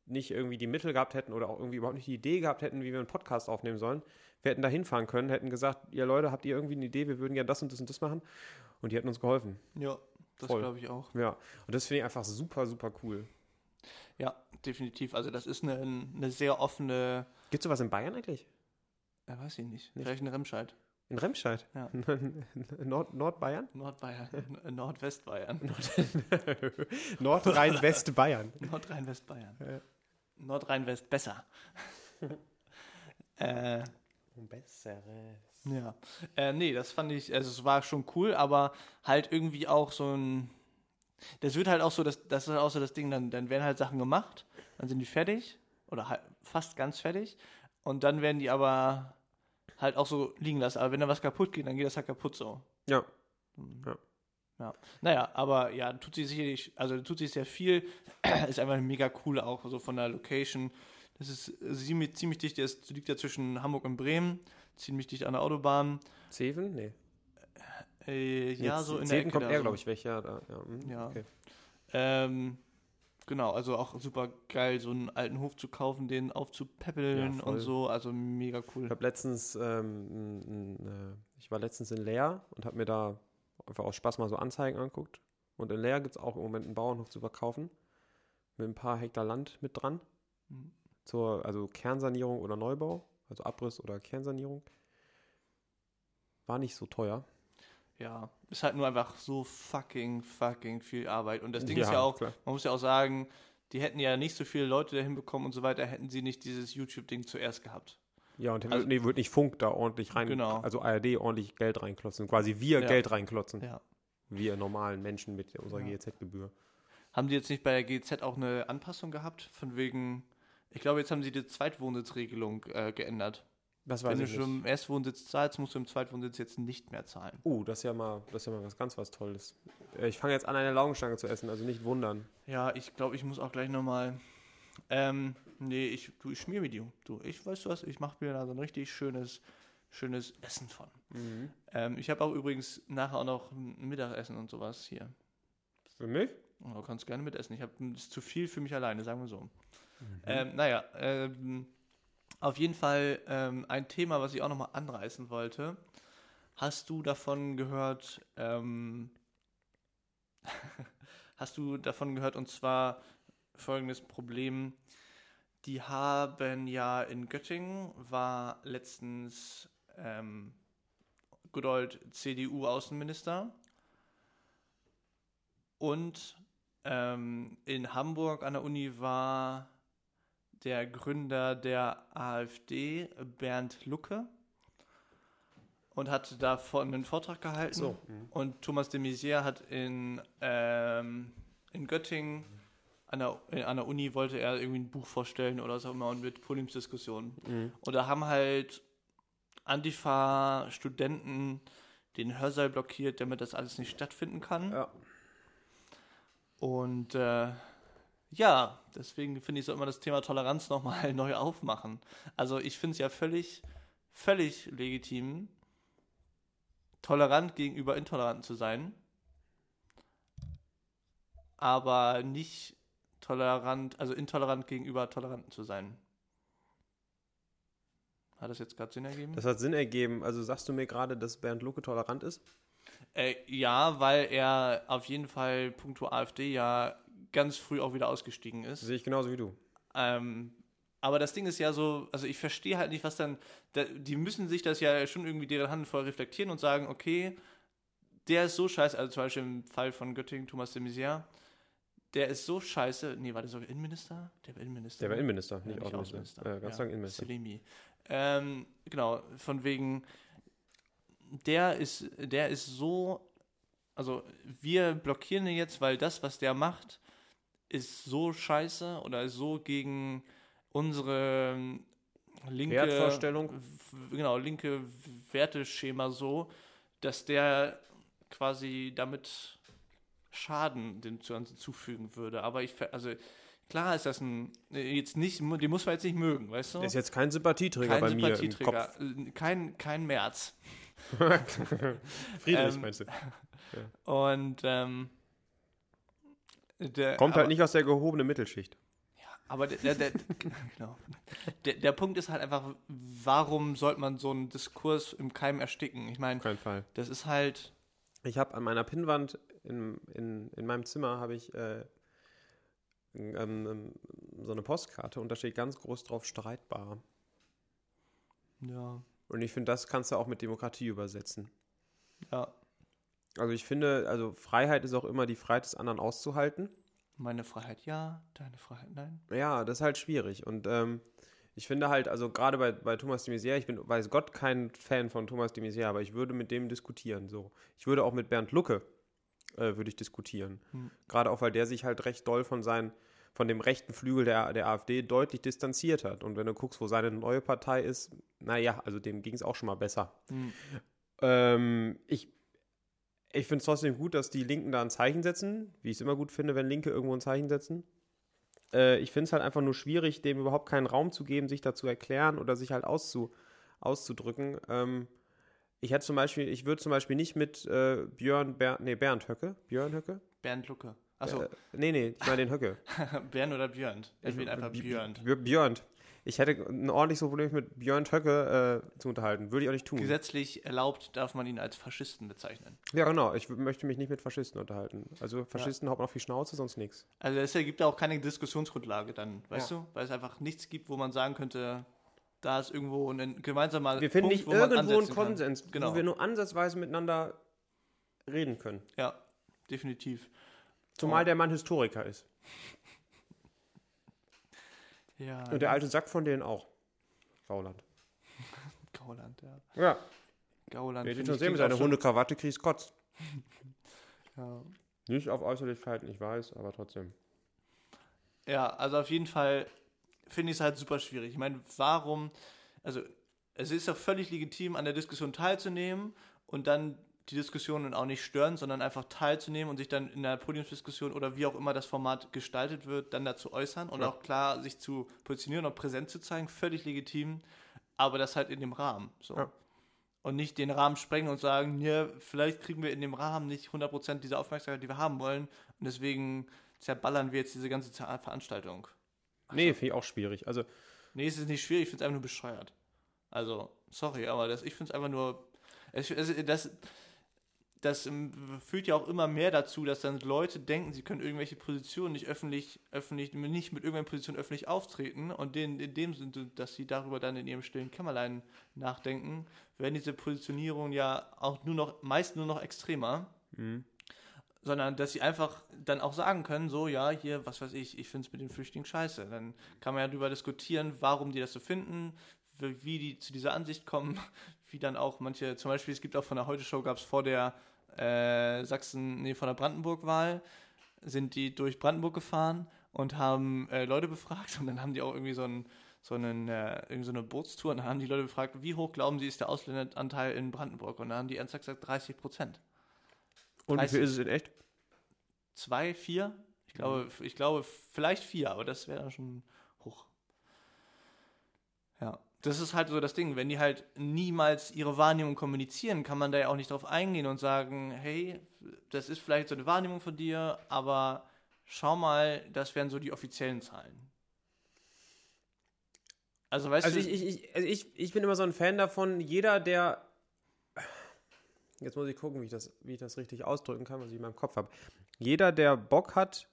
B: nicht irgendwie die Mittel gehabt hätten oder auch irgendwie überhaupt nicht die Idee gehabt hätten, wie wir einen Podcast aufnehmen sollen, wir hätten da hinfahren können, hätten gesagt, ihr Leute, habt ihr irgendwie eine Idee, wir würden gerne das und das und das machen. Und die hätten uns geholfen.
A: Ja, das glaube ich auch.
B: Ja, und das finde ich einfach super, super cool.
A: Ja, definitiv. Also das ist eine, eine sehr offene...
B: Gibt es sowas in Bayern eigentlich?
A: Ja, weiß ich nicht.
B: Nicht?
A: Vielleicht in Remscheid.
B: In Remscheid?
A: Ja.
B: Nord- Nordbayern?
A: Nordbayern. Nordwestbayern.
B: Nordrhein-West-Bayern.
A: Nordrhein-Westbayern. Ja. Nordrhein-West besser. äh,
B: Ein besseres.
A: Ja. Äh, nee, das fand ich, also es war schon cool, aber halt irgendwie auch so ein... Das wird halt auch so, das, das ist halt auch so das Ding, dann, dann werden halt Sachen gemacht, dann sind die fertig oder halt fast ganz fertig und dann werden die aber halt auch so liegen lassen. Aber wenn da was kaputt geht, dann geht das halt kaputt so.
B: Ja. ja.
A: Ja. Naja, aber ja, tut sich sicherlich, also tut sich sehr viel, ist einfach mega cool auch, so von der Location. Das ist ziemlich, ziemlich dicht, das liegt ja zwischen Hamburg und Bremen, ziemlich dicht an der Autobahn.
B: Zeven? Nee.
A: Äh, ja,
B: nee,
A: so in
B: Zeven
A: der Ecke.
B: kommt
A: da
B: er,
A: so.
B: glaube ich, weg, ja. Da, ja, hm,
A: ja.
B: Okay.
A: Ähm, genau, also auch super geil, so einen alten Hof zu kaufen, den aufzupäppeln
B: Ja,
A: und so, also mega cool.
B: Ich habe letztens, ähm, n, n, äh, ich war letztens in Leer und habe mir da einfach aus Spaß mal so Anzeigen angeguckt. Und in Leer gibt es auch im Moment einen Bauernhof zu verkaufen, mit ein paar Hektar Land mit dran,
A: Mhm.
B: zur also Kernsanierung oder Neubau, also Abriss oder Kernsanierung. War nicht so teuer.
A: Ja, ist halt nur einfach so fucking, fucking viel Arbeit. Und das Ding
B: Ja,
A: ist ja auch,
B: klar.
A: man muss ja auch sagen, die hätten ja nicht so viele Leute dahin bekommen und so weiter, hätten sie nicht dieses YouTube-Ding zuerst gehabt.
B: Ja, und
A: Also-
B: nee, wird nicht Funk da ordentlich rein,
A: Genau.
B: also A R D ordentlich Geld reinklotzen, quasi wir
A: Ja.
B: Geld reinklotzen.
A: Ja.
B: Wir normalen Menschen mit unserer
A: Ja.
B: G E Z-Gebühr.
A: Haben die jetzt nicht bei der G Z auch eine Anpassung gehabt? Von wegen, ich glaube, jetzt haben sie die Zweitwohnsitzregelung äh, geändert.
B: Das weiß
A: Wenn du
B: ich
A: schon
B: nicht.
A: im Erstwohnsitz zahlst, musst du im Zweitwohnsitz jetzt nicht mehr zahlen.
B: Uh, das ist ja mal, das ist ja mal was ganz was Tolles. Äh, Ich fange jetzt an, eine Laugenstange zu essen, also nicht wundern.
A: Ja, ich glaube, ich muss auch gleich nochmal. Ähm, nee, ich, du, ich schmier mir die. Du, ich weißt du was, ich mache mir da so ein richtig schönes, schönes Essen von.
B: Mhm.
A: Ähm, ich habe auch übrigens nachher auch noch ein Mittagessen und sowas hier.
B: Für mich?
A: Oh, du kannst gerne mitessen. Ich habe es zu viel für mich alleine, sagen wir so.
B: Mhm.
A: Ähm, naja, ähm, auf jeden Fall ähm, ein Thema, was ich auch nochmal anreißen wollte. Hast du davon gehört, ähm, hast du davon gehört, und zwar folgendes Problem. Die haben ja in Göttingen, war letztens ähm, good old C D U-Außenminister und ähm, in Hamburg an der Uni war der Gründer der AfD, Bernd Lucke, und hat davon einen Vortrag gehalten.
B: So. Mhm.
A: Und Thomas de Maizière hat in, ähm, in Göttingen an der, an der Uni wollte er irgendwie ein Buch vorstellen oder so immer und mit Podiumsdiskussionen.
B: Mhm.
A: Und da haben halt Antifa-Studenten den Hörsaal blockiert, damit das alles nicht stattfinden kann.
B: Ja.
A: Und äh, ja, deswegen finde ich, sollte man das Thema Toleranz nochmal neu aufmachen. Also ich finde es ja völlig, völlig legitim, tolerant gegenüber Intoleranten zu sein, aber nicht tolerant, also intolerant gegenüber Toleranten zu sein. Hat das jetzt gerade Sinn ergeben?
B: Das hat Sinn ergeben. Also sagst du mir gerade, dass Bernd Lucke tolerant ist?
A: Äh, ja, weil er auf jeden Fall puncto AfD ja ganz früh auch wieder ausgestiegen
B: Das
A: ist.
B: sehe ich genauso wie du.
A: Ähm, aber das Ding ist ja so, also ich verstehe halt nicht, was dann, da, die müssen sich das ja schon irgendwie deren Hand voll reflektieren und sagen, okay, der ist so scheiße, also zum Beispiel im Fall von Göttingen, Thomas de Maizière, der ist so scheiße, nee, war der sogar Innenminister? Der war Innenminister.
B: Der war Innenminister,
A: Ja,
B: nicht
A: nicht
B: Außenminister.
A: Außenminister.
B: Äh, ganz
A: Ja,
B: lang Innenminister.
A: Selimi. Ähm, genau, von wegen, der ist, der ist so, also wir blockieren ihn jetzt, weil das, was der macht, ist so scheiße oder ist so gegen unsere linke
B: Wertvorstellung.
A: w- genau, linke Werteschema so, dass der quasi damit Schaden dem zu- zufügen würde. Aber ich, ver- also klar ist das ein, jetzt nicht, den muss man jetzt nicht mögen, weißt du?
B: Der ist jetzt kein Sympathieträger
A: Kein
B: bei mir im
A: Sympathieträger,
B: Kopf.
A: äh, kein, kein März.
B: Friedrich
A: Ähm,
B: meinst du?
A: Und ähm, der,
B: Kommt
A: aber,
B: halt nicht aus der gehobenen Mittelschicht.
A: Ja, Aber der, der, der, genau. der, der Punkt ist halt einfach, warum sollte man so einen Diskurs im Keim ersticken? Ich meine,
B: Kein Fall.
A: das ist halt...
B: Ich habe an meiner Pinnwand in, in, in meinem Zimmer habe ich äh, ähm, so eine Postkarte und da steht ganz groß drauf streitbar.
A: Ja.
B: Und ich finde, das kannst du auch mit Demokratie übersetzen.
A: Ja.
B: Also ich finde, also Freiheit ist auch immer die Freiheit des anderen auszuhalten.
A: Meine Freiheit ja, deine Freiheit nein.
B: Ja, das ist halt schwierig. Und ähm, ich finde halt, also gerade bei, bei Thomas de Maizière, ich bin, weiß Gott, kein Fan von Thomas de Maizière, aber ich würde mit dem diskutieren. So. Ich würde auch mit Bernd Lucke äh, würde ich diskutieren. Hm. Gerade auch, weil der sich halt recht doll von seinen, von dem rechten Flügel der, der AfD deutlich distanziert hat. Und wenn du guckst, wo seine neue Partei ist, naja, also dem ging es auch schon mal besser. Hm. Ähm, ich ich finde es trotzdem gut, dass die Linken da ein Zeichen setzen, wie ich es immer gut finde, wenn Linke irgendwo ein Zeichen setzen. Äh, ich finde es halt einfach nur schwierig, dem überhaupt keinen Raum zu geben, sich da zu erklären oder sich halt auszu, auszudrücken. Ähm, ich hätte zum Beispiel, ich würde zum Beispiel nicht mit äh, Björn, Ber, nee, Bernd Höcke, Björn Höcke?
A: Bernd Lucke. Achso.
B: Äh, nee, nee, ich meine den Höcke.
A: Bernd oder Björn? Ich bin einfach Björn.
B: Björn. Ich hätte ein ordentliches Problem mit Björn Höcke äh, zu unterhalten. Würde ich auch nicht tun.
A: Gesetzlich erlaubt darf man ihn als Faschisten bezeichnen.
B: Ja, genau. Ich w- möchte mich nicht mit Faschisten unterhalten. Also Faschisten ja. hauen auf die Schnauze, sonst nichts.
A: Also es gibt auch keine Diskussionsgrundlage dann, weißt ja. du? Weil es einfach nichts gibt, wo man sagen könnte, da ist irgendwo ein gemeinsamer
B: wir finden
A: Punkt,
B: nicht irgendwo einen Konsens,
A: genau.
B: wo wir nur ansatzweise miteinander reden können.
A: Ja, definitiv.
B: Zumal
A: oh.
B: der Mann Historiker ist.
A: Ja.
B: Und der alte Sack von denen auch. Gauland.
A: Gauland, ja.
B: Ja.
A: Gauland.
B: Der sieht schon sehr mit seiner Hundekrawatte kriegst Kotz.
A: Ja.
B: Nicht auf Äußerlichkeiten, ich weiß, aber trotzdem.
A: Ja, also auf jeden Fall finde ich es halt super schwierig. Ich meine, warum, also es ist doch völlig legitim, an der Diskussion teilzunehmen und dann die Diskussionen auch nicht stören, sondern einfach teilzunehmen und sich dann in der Podiumsdiskussion oder wie auch immer das Format gestaltet wird, dann dazu äußern und ja. auch klar sich zu positionieren und präsent zu zeigen, völlig legitim, aber das halt in dem Rahmen. So. Ja. Und nicht den Rahmen sprengen und sagen, ja, vielleicht kriegen wir in dem Rahmen nicht hundert Prozent diese Aufmerksamkeit, die wir haben wollen und deswegen zerballern wir jetzt diese ganze Veranstaltung.
B: Also, nee, finde ich auch schwierig. Also,
A: nee, es ist nicht schwierig, ich finde es einfach nur bescheuert. Also, sorry, aber das, ich finde es einfach nur, es, es, das... Das führt ja auch immer mehr dazu, dass dann Leute denken, sie können irgendwelche Positionen nicht öffentlich, öffentlich, nicht mit irgendwelchen Positionen öffentlich auftreten und denen in dem Sinne, dass sie darüber dann in ihrem stillen Kämmerlein nachdenken, werden diese Positionierungen ja auch nur noch, meist nur noch extremer, mhm. sondern dass sie einfach dann auch sagen können, so, ja, hier, was weiß ich, ich finde es mit den Flüchtlingen scheiße. Dann kann man ja darüber diskutieren, warum die das so finden, wie die zu dieser Ansicht kommen, wie dann auch manche, zum Beispiel, es gibt auch von der Heute-Show, gab es vor der Äh, Sachsen, nee, von der Brandenburg-Wahl sind die durch Brandenburg gefahren und haben äh, Leute befragt und dann haben die auch irgendwie so, ein, so, einen, äh, irgendwie so eine Bootstour und dann haben die Leute befragt, wie hoch glauben sie ist der Ausländeranteil in Brandenburg und dann haben die ernsthaft gesagt dreißig Prozent.
B: Und wie viel ist es in echt?
A: Zwei, vier? Ich glaube, mhm. ich glaube vielleicht vier, aber das wäre dann schon hoch. Ja. Das ist halt so das Ding, wenn die halt niemals ihre Wahrnehmung kommunizieren, kann man da ja auch nicht drauf eingehen und sagen, hey, das ist vielleicht so eine Wahrnehmung von dir, aber schau mal, das wären so die offiziellen Zahlen. Also weißt
B: also
A: du...
B: Ich, ich, also ich, ich bin immer so ein Fan davon, jeder, der... Jetzt muss ich gucken, wie ich das, wie ich das richtig ausdrücken kann, was ich in meinem Kopf habe. Jeder, der Bock hat,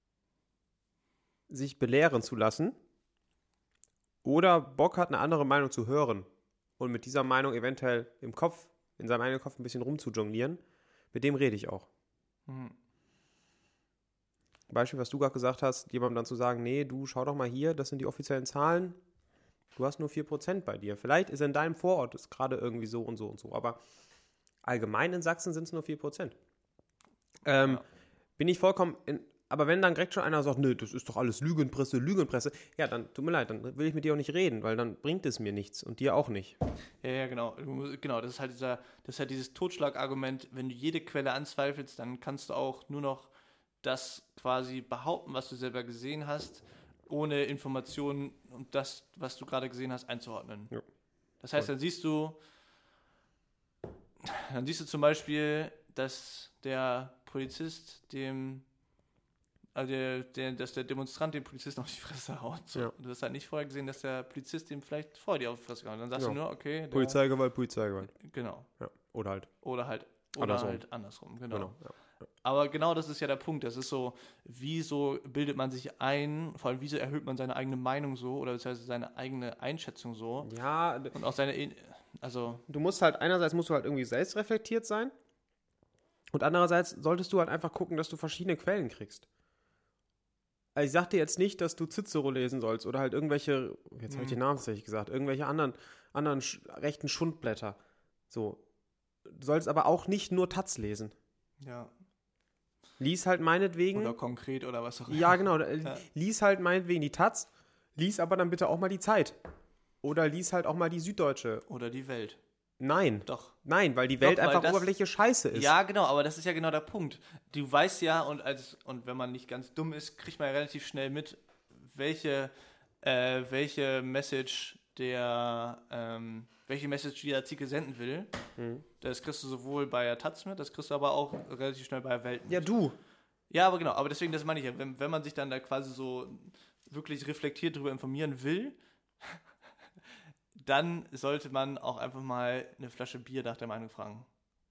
B: sich belehren zu lassen, oder Bock hat, eine andere Meinung zu hören und mit dieser Meinung eventuell im Kopf, in seinem eigenen Kopf ein bisschen rumzujonglieren, mit dem rede ich auch. Mhm. Beispiel, was du gerade gesagt hast, jemandem dann zu sagen, nee, du schau doch mal hier, das sind die offiziellen Zahlen, du hast nur vier Prozent bei dir. Vielleicht ist in deinem Vorort es gerade irgendwie so und so und so, aber allgemein in Sachsen sind es nur vier Prozent. Ähm, ja. Bin ich vollkommen... In, Aber wenn dann direkt schon einer sagt, nö, das ist doch alles Lügenpresse, Lügenpresse, ja, dann tut mir leid, dann will ich mit dir auch nicht reden, weil dann bringt es mir nichts und dir auch nicht.
A: Ja, ja, genau. Genau, das ist halt dieser, das ist halt dieses Totschlagargument, wenn du jede Quelle anzweifelst, dann kannst du auch nur noch das quasi behaupten, was du selber gesehen hast, ohne Informationen und das, was du gerade gesehen hast, einzuordnen. Ja. Das heißt, dann siehst du, dann siehst du zum Beispiel, dass der Polizist dem also der, der, dass der Demonstrant den Polizisten auf die Fresse haut. So.
B: Ja.
A: Und du hast halt nicht vorher gesehen, dass der Polizist ihm vielleicht vor dir auf die Fresse gehauen hat. Dann sagst
B: Ja.
A: du nur, okay. Der,
B: Polizeigewalt, Polizeigewalt.
A: Genau.
B: Ja. Oder halt.
A: Oder halt, oder
B: Andersrum.
A: halt andersrum, genau.
B: Genau. Ja.
A: Aber genau das ist ja der Punkt. Das ist so, wieso bildet man sich ein, vor allem wieso erhöht man seine eigene Meinung so oder das heißt seine eigene Einschätzung so.
B: Ja,
A: Und auch seine, also.
B: du musst halt, einerseits musst du halt irgendwie selbstreflektiert sein und andererseits solltest du halt einfach gucken, dass du verschiedene Quellen kriegst. Also ich sag dir jetzt nicht, dass du Cicero lesen sollst oder halt irgendwelche, jetzt habe ich den Namen tatsächlich gesagt, irgendwelche anderen, anderen sch- rechten Schundblätter. So. Du sollst aber auch nicht nur Taz lesen.
A: Ja.
B: Lies halt meinetwegen.
A: Oder konkret oder was auch immer.
B: Ja, genau.
A: Ja.
B: Lies halt meinetwegen die Taz, lies aber dann bitte auch mal die Zeit. Oder lies halt auch mal die Süddeutsche.
A: Oder die Welt.
B: Nein.
A: Doch.
B: Nein, weil die Welt
A: Doch, weil
B: einfach
A: das-
B: oberflächliche Scheiße ist.
A: Ja, genau, aber das ist ja genau der Punkt. Du weißt ja, und als und wenn man nicht ganz dumm ist, kriegt man ja relativ schnell mit, welche, äh, welche Message der, ähm, welche Message der Artikel senden will.
B: Mhm.
A: Das kriegst du sowohl bei der Taz mit, das kriegst du aber auch relativ schnell bei der Welt mit.
B: Ja, du.
A: Ja, aber genau, aber deswegen, das meine ich ja, wenn, wenn man sich dann da quasi so wirklich reflektiert darüber informieren will, dann sollte man auch einfach mal eine Flasche Bier nach der Meinung fragen.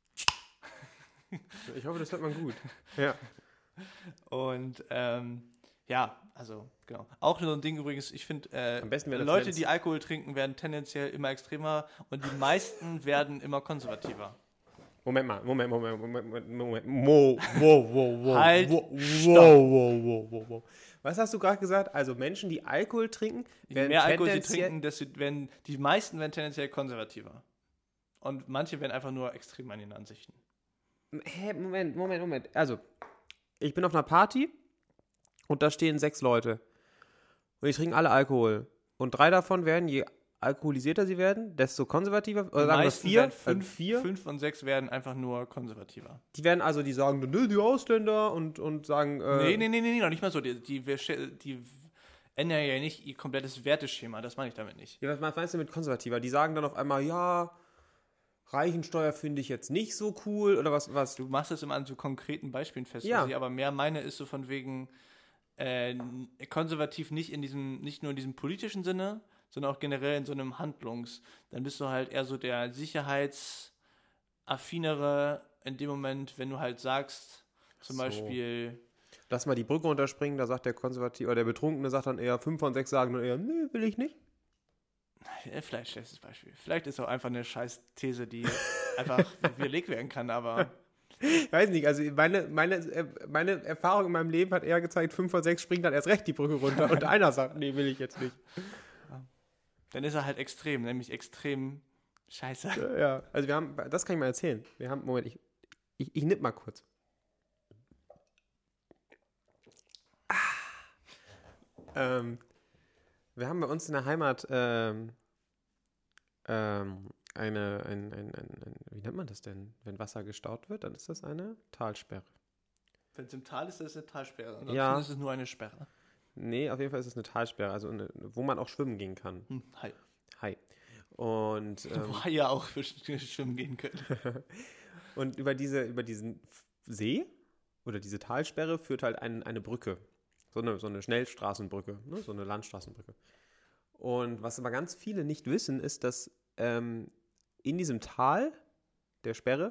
B: Ich hoffe, das hört man gut. Ja.
A: Und ähm, ja, also genau. Auch so ein Ding übrigens, ich finde, äh,
B: Am besten wäre das,
A: Leute,
B: wenn's-
A: die Alkohol trinken, werden tendenziell immer extremer und die meisten werden immer konservativer.
B: Moment mal, Moment, Moment, Moment, Moment, Moment. Mo, wo, wo, wo.
A: Halt,
B: wo,
A: stopp.
B: wo, wo, wo, wo, wo. Was hast du gerade gesagt? Also Menschen, die Alkohol trinken,
A: Je
B: werden
A: mehr Alkohol sie
B: tendenziell-
A: trinken, desto werden die meisten werden tendenziell konservativer. Und manche werden einfach nur extrem an ihren Ansichten.
B: Hä, Moment, Moment, Moment. Also, ich bin auf einer Party und da stehen sechs Leute. Und die trinken alle Alkohol. Und drei davon werden, je alkoholisierter sie werden, desto konservativer. Oder
A: Die
B: sagen wir
A: meisten
B: vier?
A: werden fünf,
B: äh, vier?
A: fünf und sechs werden einfach nur konservativer.
B: Die werden also, die sagen, nö, die Ausländer und, und sagen. Äh,
A: nee, nee, nee, nee, noch nicht mal so. Die, die, die ändern ja nicht ihr komplettes Werteschema, das meine ich damit nicht.
B: Ja, was meinst du mit konservativer? Die sagen dann auf einmal, ja, Reichensteuer finde ich jetzt nicht so cool oder was, was?
A: Du machst das immer an so konkreten Beispielen fest.
B: Ja.
A: Was ich aber mehr meine, ist so von wegen äh, konservativ nicht in diesem, nicht nur in diesem politischen Sinne, sondern auch generell in so einem Handlungs. Dann bist du halt eher so der sicherheitsaffinere in dem Moment, wenn du halt sagst, zum
B: So.
A: Beispiel,
B: Lass mal die Brücke runterspringen, da sagt der Konservative, oder der Betrunkene sagt dann eher, fünf von sechs sagen dann eher, nee, will ich nicht.
A: äh, vielleicht schlechtes Beispiel. Vielleicht ist auch einfach eine scheiß These, die einfach widerlegt werden kann, aber
B: Ich weiß nicht, also meine, meine, äh, meine Erfahrung in meinem Leben hat eher gezeigt, fünf von sechs springen dann erst recht die Brücke runter und einer sagt, nee, will ich jetzt nicht.
A: dann ist er halt extrem, nämlich extrem scheiße.
B: Ja, ja. Also wir haben, das kann ich mal erzählen. Wir haben, Moment, ich, ich, ich nipp mal kurz. Ah. Ähm, wir haben bei uns in der Heimat ähm, ähm, eine, ein, ein, ein, ein, wie nennt man das denn? Wenn Wasser gestaut wird, dann ist das eine Talsperre.
A: Wenn es im Tal ist, ist es eine Talsperre. Ansonsten
B: Ja.
A: ist es nur eine Sperre.
B: Nee, auf jeden Fall ist es eine Talsperre, also eine, wo man auch schwimmen gehen kann.
A: Hm, hi.
B: Hi. Und, ähm,
A: Wo ja auch für Sch- schwimmen gehen können.
B: und über, diese, über diesen F- See oder diese Talsperre führt halt ein, eine Brücke. So eine, so eine Schnellstraßenbrücke, ne? So eine Landstraßenbrücke. Und was aber ganz viele nicht wissen, ist, dass ähm, in diesem Tal der Sperre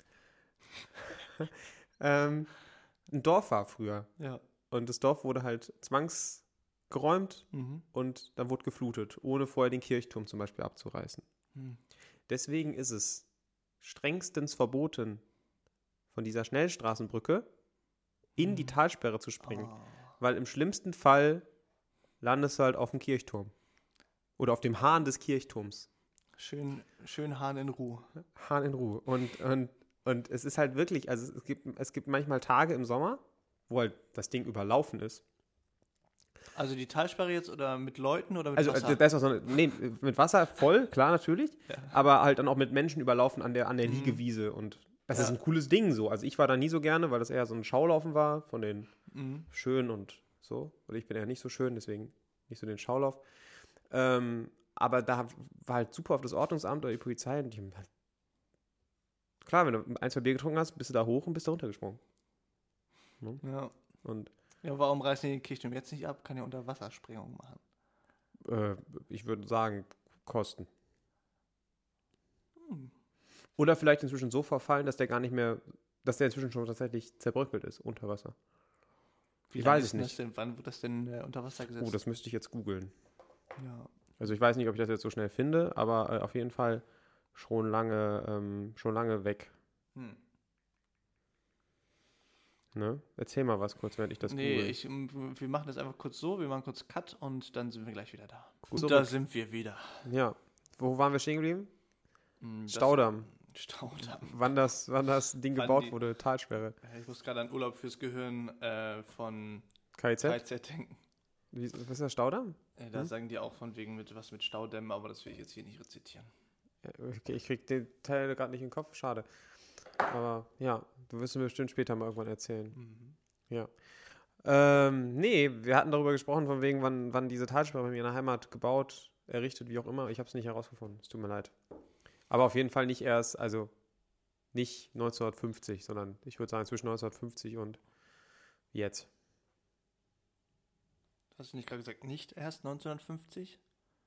B: ähm, ein Dorf war früher.
A: Ja.
B: Und das Dorf wurde halt zwangsgeräumt
A: Mhm.
B: und dann wurde geflutet, ohne vorher den Kirchturm zum Beispiel abzureißen.
A: Hm.
B: Deswegen ist es strengstens verboten, von dieser Schnellstraßenbrücke in die Talsperre zu springen.
A: Oh.
B: Weil im schlimmsten Fall landest du halt auf dem Kirchturm. Oder auf dem Hahn des Kirchturms.
A: Schön, schön Hahn in Ruhe.
B: Hahn in Ruhe. Und, und, und es ist halt wirklich, also es gibt, es gibt manchmal Tage im Sommer, wo halt das Ding überlaufen ist.
A: Also die Talsperre jetzt oder mit Leuten oder mit
B: Also
A: Wasser?
B: das ist auch so eine, nee, mit Wasser voll, klar, natürlich.
A: Ja.
B: Aber halt dann auch mit Menschen überlaufen an der, an der
A: Mhm.
B: Liegewiese. Und das
A: Ja.
B: ist ein cooles Ding so. Also ich war da nie so gerne, weil das eher so ein Schaulaufen war von den
A: Mhm.
B: schön und so. Oder ich bin ja nicht so schön, deswegen nicht so den Schaulauf. Ähm, aber da war halt super auf das Ordnungsamt oder die Polizei. Und die haben halt klar, wenn du ein, zwei Bier getrunken hast, bist du da hoch und bist da runtergesprungen.
A: Ja.
B: Und
A: Ja, warum reißen die den Kirchturm jetzt nicht ab? Kann ja Unterwassersprengung machen.
B: Äh, ich würde sagen, Kosten.
A: Hm.
B: Oder vielleicht inzwischen so verfallen, dass der gar nicht mehr, dass der inzwischen schon tatsächlich zerbröckelt ist unter Wasser.
A: Wie
B: Ich
A: lange
B: weiß
A: ist
B: es
A: denn
B: nicht.
A: Das denn, wann wird das denn äh, unter Wasser gesetzt?
B: Oh, das müsste ich jetzt googeln.
A: ja.
B: Also ich weiß nicht, ob ich das jetzt so schnell finde, aber äh, auf jeden Fall schon lange, ähm, schon lange weg.
A: Hm.
B: Ne? Erzähl mal was kurz, während ich das
A: Nee,
B: google.
A: ich, m, wir machen das einfach kurz so, wir machen kurz Cut und dann sind wir gleich wieder da.
B: Gut
A: Und
B: zurück.
A: da sind wir wieder.
B: Ja. Wo waren wir stehen geblieben?
A: Hm, das-
B: Staudamm.
A: Staudamm.
B: Wann das, wann das Ding
A: Wann
B: gebaut
A: die-
B: wurde, Talsperre.
A: Ich muss gerade an Urlaub fürs Gehirn äh, von
B: K I Z?
A: K I Z denken.
B: Wie, was ist das, Staudamm?
A: Äh, da
B: Hm?
A: sagen die auch von wegen mit was mit Staudämmen, aber das will ich jetzt hier nicht rezitieren.
B: Ja, okay, ich krieg den Teil gerade nicht in den Kopf, schade. Aber ja, du wirst mir bestimmt später mal irgendwann erzählen.
A: Mhm.
B: Ja. Ähm, nee, wir hatten darüber gesprochen, von wegen, wann, wann diese Talsperre bei mir in der Heimat gebaut, errichtet, wie auch immer. Ich habe es nicht herausgefunden, es tut mir leid. Aber auf jeden Fall nicht erst, also nicht neunzehnhundertfünfzig, sondern ich würde sagen zwischen neunzehnhundertfünfzig und jetzt.
A: Hast du nicht gerade gesagt, nicht erst neunzehnhundertfünfzig?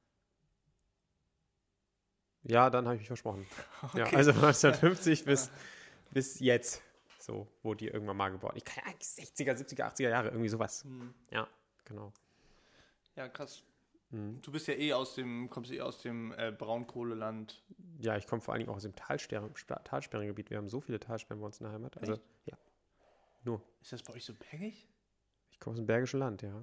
B: Ja, dann habe ich mich versprochen. Ja,
A: Okay.
B: also neunzehnhundertfünfzig bis, bis jetzt. So, wurde die irgendwann mal gebaut. Ich kann ja sechziger, siebziger, achtziger Jahre, irgendwie sowas.
A: Hm.
B: Genau.
A: Ja, krass.
B: Mhm.
A: Du bist ja eh aus dem, kommst eh aus dem äh, Braunkohleland.
B: Ja, ich komme vor allen Dingen auch aus dem Talsperren, Sper- Talsperrengebiet. Wir haben so viele Talsperren bei uns in der Heimat. Also,
A: Echt?
B: ja. Nur.
A: Ist das bei euch so bergig?
B: Ich komme aus dem Bergischen Land, ja.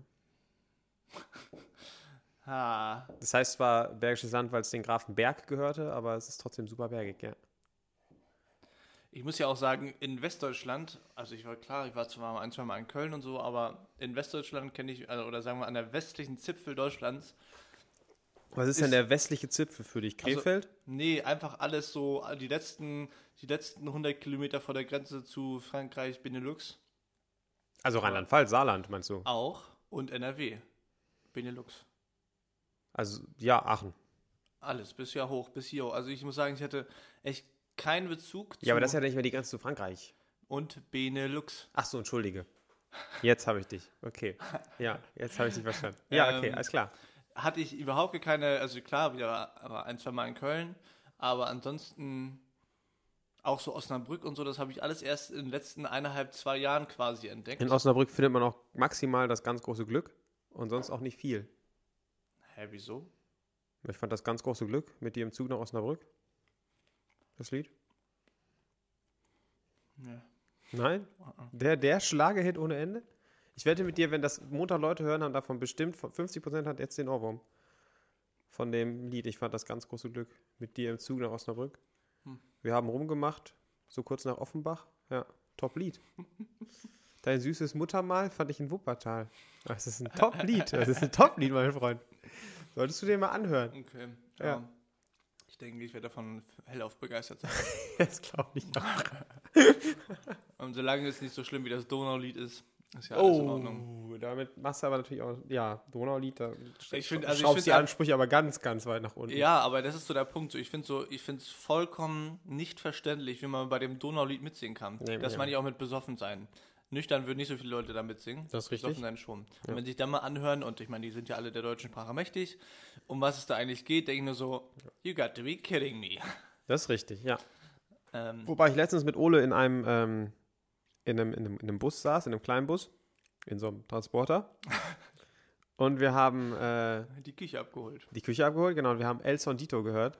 A: Ha.
B: Das heißt zwar Bergisches Land, weil es den Grafen Berg gehörte, aber es ist trotzdem super bergig, ja.
A: Ich muss ja auch sagen, in Westdeutschland, also ich war klar, ich war zwar mal ein, zwei Mal in Köln und so, aber in Westdeutschland kenne ich, also, oder sagen wir an der westlichen Zipfel Deutschlands,
B: Was ist,
A: Ist-
B: denn der westliche Zipfel für dich?
A: Also-
B: Krefeld?
A: nee, einfach alles so, die letzten, die letzten hundert Kilometer vor der Grenze zu Frankreich, Benelux
B: Also Rheinland-Pfalz, Saarland, meinst du?
A: auch und N R W, Benelux.
B: Also, ja, Aachen.
A: Alles, bis hier hoch, bis hier hoch. Also ich muss sagen, ich hatte echt keinen Bezug zu
B: Ja, aber das ist ja nicht mehr die Grenze zu Frankreich.
A: und Benelux.
B: Ach so, entschuldige. Jetzt habe ich dich. Okay. Ja, jetzt habe ich dich verstanden. Ja, okay,
A: Ähm,
B: alles klar.
A: Hatte ich überhaupt keine, also klar, wieder aber ein, zwei Mal in Köln, aber ansonsten auch so Osnabrück und so, das habe ich alles erst in den letzten eineinhalb, zwei Jahren quasi entdeckt.
B: In Osnabrück findet man auch maximal das ganz große Glück und sonst auch nicht viel.
A: Hä, wieso?
B: Ich fand das ganz große Glück mit dir im Zug nach Osnabrück. Das Lied?
A: Ja.
B: Nein?
A: uh-uh.
B: Der, der Schlagerhit ohne Ende? Ich wette mit dir, wenn das Montag Leute hören, haben davon bestimmt fünfzig Prozent hat jetzt den Ohrwurm. Von dem Lied. Ich fand das ganz große Glück mit dir im Zug nach Osnabrück.
A: Hm.
B: Wir haben rumgemacht, so kurz nach Offenbach. Ja, Top-Lied. Dein süßes Muttermal fand ich in Wuppertal. Das ist ein Top-Lied. Das ist ein Top-Lied, mein Freund. Solltest du dir mal anhören.
A: Okay.
B: Ja.
A: Ja. Ich denke, ich werde davon hellauf begeistert sein.
B: Das glaube ich auch.
A: Und solange es nicht so schlimm wie das Donaulied ist, ist ja alles in Ordnung.
B: Oh, damit machst du aber natürlich auch, ja, Donaulied, da
A: Ich find- also ich
B: schraubst
A: find
B: die
A: ja-
B: Ansprüche aber ganz, ganz weit nach unten.
A: Ja, aber das ist so der Punkt. So, ich finde so, ich finde es vollkommen nicht verständlich, wie man bei dem Donaulied mitsingen kann.
B: Nee,
A: das
B: ja.
A: meine ich auch mit besoffen sein. Nüchtern würden nicht so viele Leute da mitsingen.
B: Das ist richtig.
A: Besoffen sein schon.
B: Ja.
A: Und wenn sich dann mal anhören, und ich meine, die sind ja alle der deutschen Sprache mächtig, um was es da eigentlich geht, denke ich nur so, you got to be kidding me.
B: Das ist richtig, ja.
A: Ähm,
B: Wobei ich letztens mit Ole in einem, ähm, in einem, in einem, in einem Bus saß, in einem kleinen Bus, in so einem Transporter. Und wir haben äh,
A: die Küche abgeholt.
B: die Küche abgeholt, genau, und wir haben El Sondito gehört.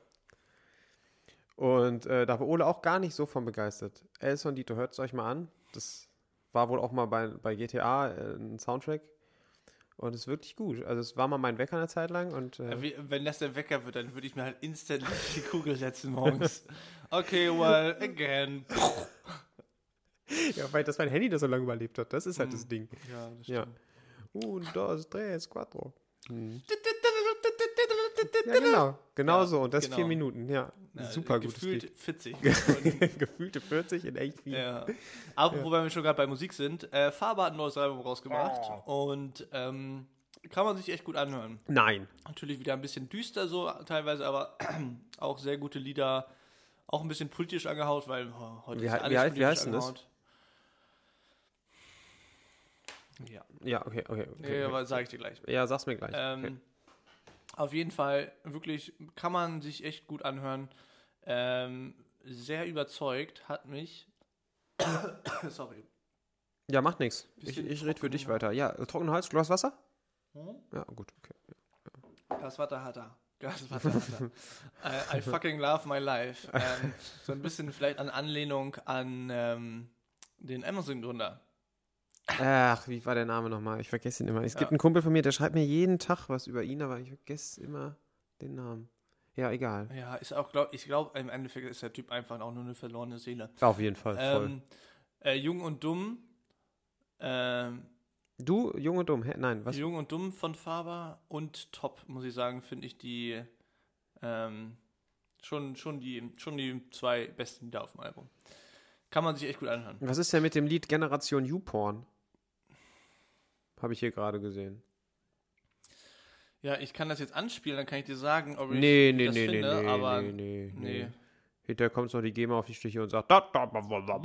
B: Und äh, da war Ole auch gar nicht so von begeistert. El Sondito, hört es euch mal an. Das war wohl auch mal bei, bei G T A äh, ein Soundtrack. Und es ist wirklich gut. Also es war mal mein Wecker eine Zeit lang. Und, äh,
A: Äh, wie, wenn das der Wecker wird, dann würde ich mir halt instant die Kugel setzen morgens. Okay, well, again.
B: ja, weil das mein Handy das so lange überlebt hat. Das ist halt
A: Hm.
B: das Ding.
A: Ja, das
B: Ja.
A: stimmt.
B: Un, dos, tres, cuatro. Hm. Ja, genau. Genau
A: Ja,
B: so. Und das
A: genau.
B: vier Minuten. Ja,
A: Ja,
B: super gutes
A: gefühlt
B: Lied.
A: vierzig.
B: Gefühlte vierzig in echt viel.
A: Ja. Apropos, wenn wir schon gerade bei Musik sind, äh, Faber hat ein neues Album rausgebracht
B: Oh.
A: und ähm, kann man sich echt gut anhören.
B: Nein.
A: Natürlich wieder ein bisschen düster so teilweise, aber auch sehr gute Lieder, auch ein bisschen politisch angehaut, weil oh, heute
B: Wie
A: ist
B: hei-
A: alles
B: wie hei- wie
A: politisch
B: heißt denn das?
A: angehaut. Ja.
B: Ja, okay, okay. okay,
A: Nee,
B: okay.
A: aber sag ich dir gleich.
B: Ja, sag's mir gleich.
A: Ähm,
B: okay.
A: Auf jeden Fall, wirklich, kann man sich echt gut anhören. Ähm, sehr überzeugt hat mich. Sorry.
B: Ja, macht nichts. Ich,
A: Bisschen
B: ich rede für dich
A: trocken,
B: weiter. Ja, trockenen Hals, Glas Wasser?
A: Hm?
B: Ja, gut, okay.
A: Das Wasser hat er. Das Wasser hat er. I, I fucking love my life. Ähm, so ein bisschen vielleicht an Anlehnung an ähm, den Amazon-Gründer.
B: Ach, wie war der Name nochmal? Ich vergesse ihn immer. Es
A: Ja.
B: gibt einen Kumpel von mir, der schreibt mir jeden Tag was über ihn, aber ich vergesse immer den Namen. Ja, egal.
A: Ja, ist auch, glaub, ich glaube, im Endeffekt ist der Typ einfach auch nur eine verlorene Seele.
B: Auf jeden Fall, voll.
A: Ähm, äh, Jung und Dumm. Ähm,
B: Du, Jung und Dumm? Hä? Nein, was?
A: Jung und Dumm von Faber und Top, muss ich sagen, finde ich die ähm, schon, schon, die schon die zwei besten Lieder auf dem Album. Kann man sich echt gut anhören.
B: Was ist denn mit dem Lied Generation YouPorn? Habe ich hier gerade gesehen.
A: Ja, ich kann das jetzt anspielen, dann kann ich dir sagen, ob ich
B: Nee, nee,
A: das
B: nee, nee,
A: finde,
B: nee,
A: aber
B: nee, nee, nee.
A: nee.
B: Hinterher kommt noch die GEMA auf die Stiche und sagt, da, da, da, da,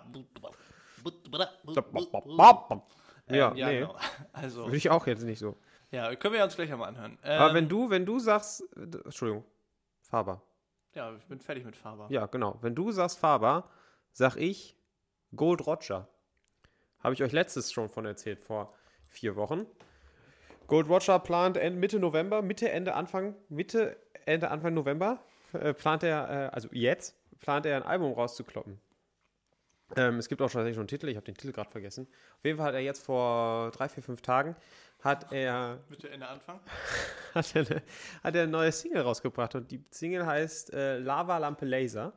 B: da.
A: Ähm,
B: Ja,
A: ja,
B: nee.
A: genau. Also,
B: Würde ich auch jetzt nicht so.
A: ja, können wir uns gleich einmal anhören. Ähm,
B: Aber wenn du, wenn du sagst, äh, Entschuldigung, Faber.
A: Ja, ich bin fertig mit Faber.
B: Ja, genau. Wenn du sagst Faber, sag ich Gold Roger. Habe ich euch letztes schon von erzählt, vor vier Wochen. Gold Roger plant Ende, Mitte November, Mitte, Ende, Anfang, Mitte, Ende, Anfang November, äh, plant er, äh, also jetzt, plant er ein Album rauszukloppen. Ähm, es gibt auch schon tatsächlich schon einen Titel, ich habe den Titel gerade vergessen. Auf jeden Fall hat er jetzt vor drei, vier, fünf Tagen, hat er,
A: Mitte, Ende, Anfang?
B: hat er, eine, hat er eine neue Single rausgebracht und die Single heißt äh, Lava Lampe Laser.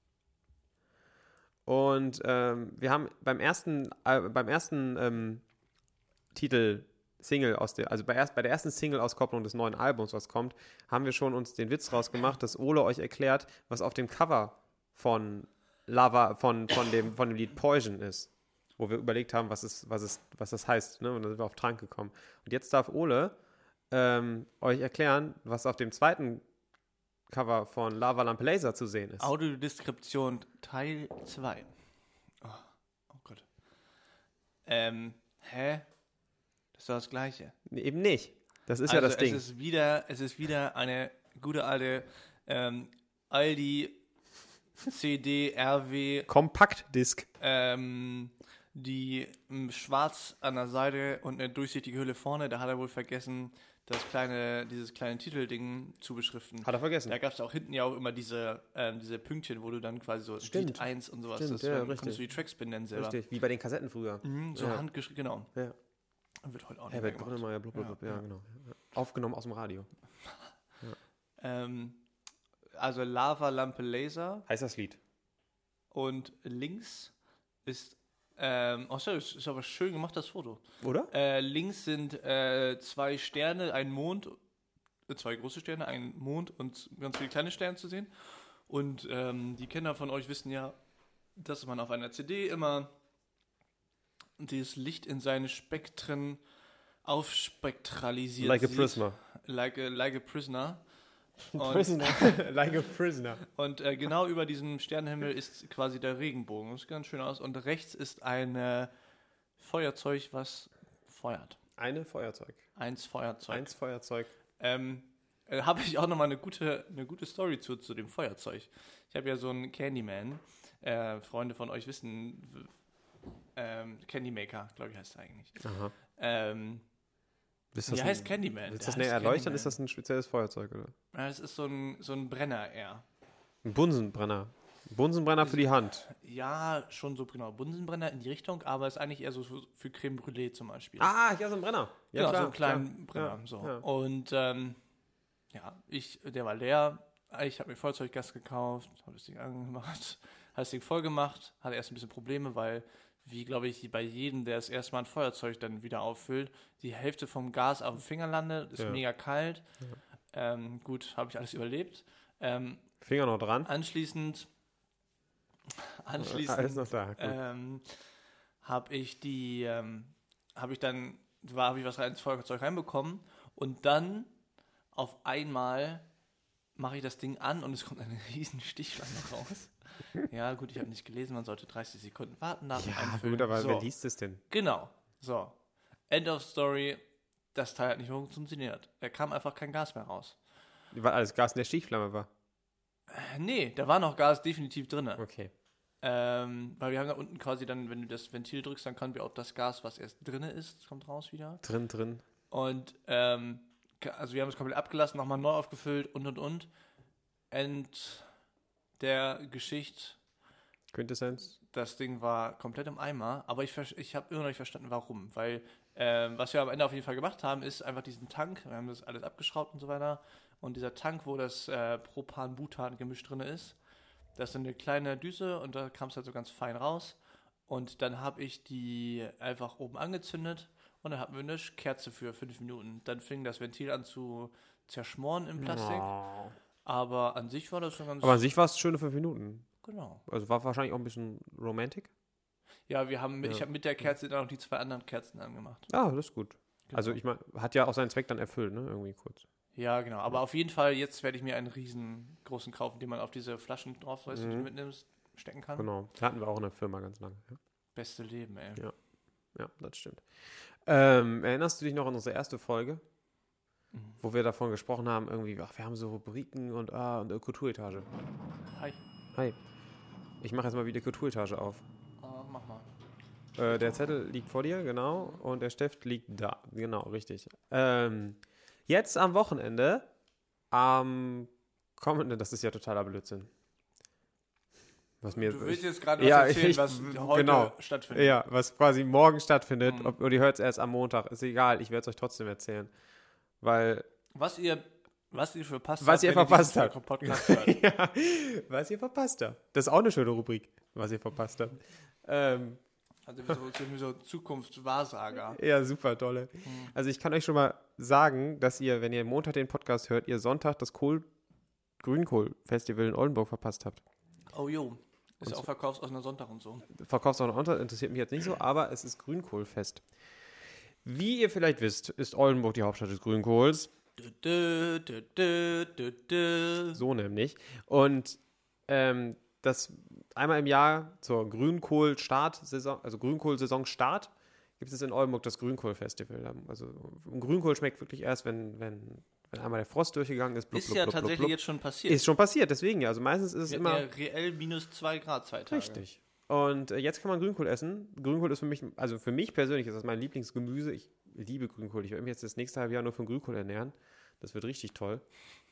B: Und ähm, wir haben beim ersten, äh, beim ersten ähm, Titel Single aus der, also bei, erst, bei der ersten Single-Auskopplung des neuen Albums, was kommt, haben wir schon uns den Witz rausgemacht, dass Ole euch erklärt, was auf dem Cover von Lava, von, von, dem, von dem Lied Poison ist. Wo wir überlegt haben, was, es, was, es, was das heißt. Ne? Und dann sind wir auf Trank gekommen. Und jetzt darf Ole ähm, euch erklären, was auf dem zweiten Cover von Lava Lampe Laser zu sehen ist.
A: Audiodeskription Teil zwei. Oh, oh Gott. Ähm, hä? Das ist doch das Gleiche.
B: Nee, eben nicht. Das ist
A: also
B: ja das Ding.
A: Es ist wieder, es ist wieder eine gute alte ähm, Aldi C D R W
B: Kompaktdisk.
A: ähm, die ähm, schwarz an der Seite und eine durchsichtige Hülle vorne. Da hat er wohl vergessen, das kleine, dieses kleine Titelding zu beschriften.
B: Hat er vergessen.
A: Da gab es auch hinten ja auch immer diese, ähm, diese Pünktchen, wo du dann quasi so
B: Stimmt.
A: Lied eins und sowas,
B: Stimmt,
A: das
B: ja,
A: dann
B: richtig.
A: konntest du die Tracks benennen selber.
B: Richtig, wie bei den Kassetten früher.
A: Mhm, so
B: Ja.
A: handgeschrieben, genau.
B: Ja.
A: Wird heute auch nicht
B: Herbert
A: mehr gemacht.
B: Grönemeyer, blub, blub, blub. Ja,
A: Ja, ja.
B: genau. Ja. Aufgenommen aus dem Radio.
A: Ähm, also Lava, Lampe, Laser
B: Heißt das Lied?
A: und links ist, ähm, oh sorry, ist aber schön gemacht, das Foto.
B: Oder?
A: Äh, links sind äh, zwei Sterne, ein Mond, äh, zwei große Sterne, ein Mond und ganz viele kleine Sterne zu sehen. Und ähm, die Kenner von euch wissen ja, dass man auf einer C D immer dieses Licht in seine Spektren aufspektralisiert
B: Like a
A: sieht.
B: Prisma.
A: Like a, like a Prisoner. Und,
B: Prisoner. Like a Prisoner.
A: und äh, genau über diesem Sternenhimmel ist quasi der Regenbogen. Das sieht ganz schön aus. Und rechts ist ein äh, Feuerzeug, was feuert.
B: Eine Feuerzeug.
A: Eins Feuerzeug.
B: Eins Feuerzeug.
A: Ähm, äh, habe ich auch nochmal eine gute, eine gute Story zu, zu dem Feuerzeug. Ich habe ja so einen Candyman. Äh, Freunde von euch wissen, w- ähm, Candymaker, glaube ich, heißt er eigentlich.
B: Aha.
A: Ähm,
B: Ist
A: Wie
B: das
A: heißt
B: ein,
A: Candyman?
B: Ist
A: Der
B: das eine
A: heißt
B: Erleuchtung?
A: Candyman.
B: Ist das ein spezielles Feuerzeug, oder?
A: Ja, das ist so ein, so ein Brenner eher.
B: Ein Bunsenbrenner. Ein Bunsenbrenner für die Hand.
A: Ja, schon so genau. Bunsenbrenner in die Richtung, aber ist eigentlich eher so für, für Creme Brûlée zum Beispiel.
B: Ah, ja, so ein Brenner. Ja,
A: genau,
B: klar,
A: so einen kleinen
B: klar.
A: Brenner.
B: Ja,
A: so.
B: ja.
A: Und ähm, ja, ich, der war leer. Ich habe mir Feuerzeuggas gekauft, habe das Ding angemacht, habe das Ding voll gemacht, hatte erst ein bisschen Probleme, weil, wie glaube ich, bei jedem, der das erste Mal ein Feuerzeug dann wieder auffüllt, die Hälfte vom Gas auf dem Finger landet, ist
B: Ja.
A: mega kalt. Ähm, gut, habe ich alles überlebt. Ähm,
B: Finger noch dran.
A: anschließend anschließend
B: Alles noch da. Gut.
A: ähm, habe ich die, ähm, habe ich dann, war, habe ich was rein ins Feuerzeug reinbekommen und dann auf einmal mache ich das Ding an und es kommt eine riesen Stichflamme raus. Ja, gut, ich habe nicht gelesen, man sollte dreißig Sekunden warten nach dem
B: Ja,
A: Einfüllen.
B: gut, aber
A: so,
B: wer liest es denn?
A: Genau, so. End of Story, das Teil hat nicht mehr funktioniert. Da kam einfach kein Gas mehr raus.
B: Weil alles Gas in der Stichflamme war.
A: Äh, nee, da war noch Gas definitiv drin.
B: Okay.
A: Ähm, weil wir haben da unten quasi dann, wenn du das Ventil drückst, dann können wir auch das Gas, was erst drin ist, kommt raus wieder.
B: Drin, drin.
A: Und, ähm, also wir haben es komplett abgelassen, nochmal neu aufgefüllt und und und. End der Geschichte.
B: Quintessenz.
A: Das Ding war komplett im Eimer, aber ich, ich habe immer noch nicht verstanden, warum. Weil, ähm, was wir am Ende auf jeden Fall gemacht haben, ist einfach diesen Tank, wir haben das alles abgeschraubt und so weiter. Und dieser Tank, wo das äh, Propan-Butan-Gemisch drin ist, das ist eine kleine Düse und da kam es halt so ganz fein raus. Und dann habe ich die einfach oben angezündet und dann hatten wir eine Kerze für fünf Minuten. Dann fing das Ventil an zu zerschmoren im Plastik.
B: Oh.
A: Aber an sich war das schon ganz...
B: Aber an sich war es schöne fünf Minuten.
A: Genau.
B: Also war wahrscheinlich auch ein bisschen romantic.
A: Ja, wir haben,
B: Ja.
A: ich habe mit der Kerze dann auch die zwei anderen Kerzen angemacht.
B: Ah, das ist gut.
A: Genau.
B: Also ich meine, hat ja auch seinen Zweck dann erfüllt, ne? Irgendwie kurz.
A: Ja, genau. Aber auf jeden Fall, jetzt werde ich mir einen riesengroßen kaufen, den man auf diese Flaschen drauf, weißt du, die du
B: Mhm.
A: mitnimmst, stecken kann.
B: Genau. Das hatten wir auch in der Firma ganz lange. Ja,
A: Beste Leben, ey.
B: Ja. ja das stimmt. Ähm, erinnerst du dich noch an unsere erste Folge,
A: Mhm.
B: wo wir davon gesprochen haben, irgendwie, ach, wir haben so Rubriken und, ah, und eine Kulturetage.
A: Hi.
B: Hi. Ich mache jetzt mal wieder Kulturetage auf.
A: Uh, mach mal.
B: Äh, der Zettel liegt vor dir, genau, und der Stift liegt da. Genau, richtig. Ähm, jetzt am Wochenende, am kommenden, das ist ja totaler Blödsinn. Was mir,
A: Du willst jetzt gerade
B: ja,
A: was erzählen,
B: ich-
A: was heute
B: genau.
A: stattfindet.
B: ja, was quasi morgen stattfindet,
A: Mhm.
B: ob, oder ihr hört es erst am Montag, ist egal, ich werde es euch trotzdem erzählen. Weil,
A: Was ihr, was ihr verpasst
B: Was
A: habt,
B: ihr
A: wenn
B: verpasst
A: diesen
B: habt.
A: Podcast hört.
B: ja, was ihr verpasst habt. Das ist auch eine schöne Rubrik, was ihr verpasst habt. Ähm,
A: Also wie so, so, wie so Zukunftswahrsager.
B: ja, super, tolle.
A: Mhm.
B: Also ich kann euch schon mal sagen, dass ihr, wenn ihr Montag den Podcast hört, ihr Sonntag das Kohl Grünkohl-Festival in Oldenburg verpasst habt.
A: Oh jo, ist
B: Und
A: ja auch
B: so-
A: verkaufsoffener Sonntag und so.
B: Verkaufs auch noch unter, interessiert mich jetzt nicht so, aber es ist Grünkohlfest. Wie ihr vielleicht wisst, ist Oldenburg die Hauptstadt des Grünkohls.
A: Dö, dö, dö, dö, dö.
B: So nämlich. Und ähm, das einmal im Jahr zur Grünkohl-Startsaison, also Grünkohl-Saison-Start, gibt es in Oldenburg das Grünkohl-Festival. Also Grünkohl schmeckt wirklich erst, wenn, wenn, wenn einmal der Frost durchgegangen ist. Blub,
A: Ist
B: blub,
A: ja
B: blub, blub,
A: tatsächlich
B: blub.
A: jetzt schon passiert.
B: Ist schon passiert, deswegen ja. Also meistens ist es
A: Wir
B: immer...
A: hatten ja reell minus zwei Grad zwei Tage.
B: Richtig. Und äh, jetzt kann man Grünkohl essen. Grünkohl ist für mich, also für mich persönlich ist das mein Lieblingsgemüse. Ich liebe Grünkohl. Ich werde mich jetzt das nächste halbe Jahr nur von Grünkohl ernähren. Das wird richtig toll.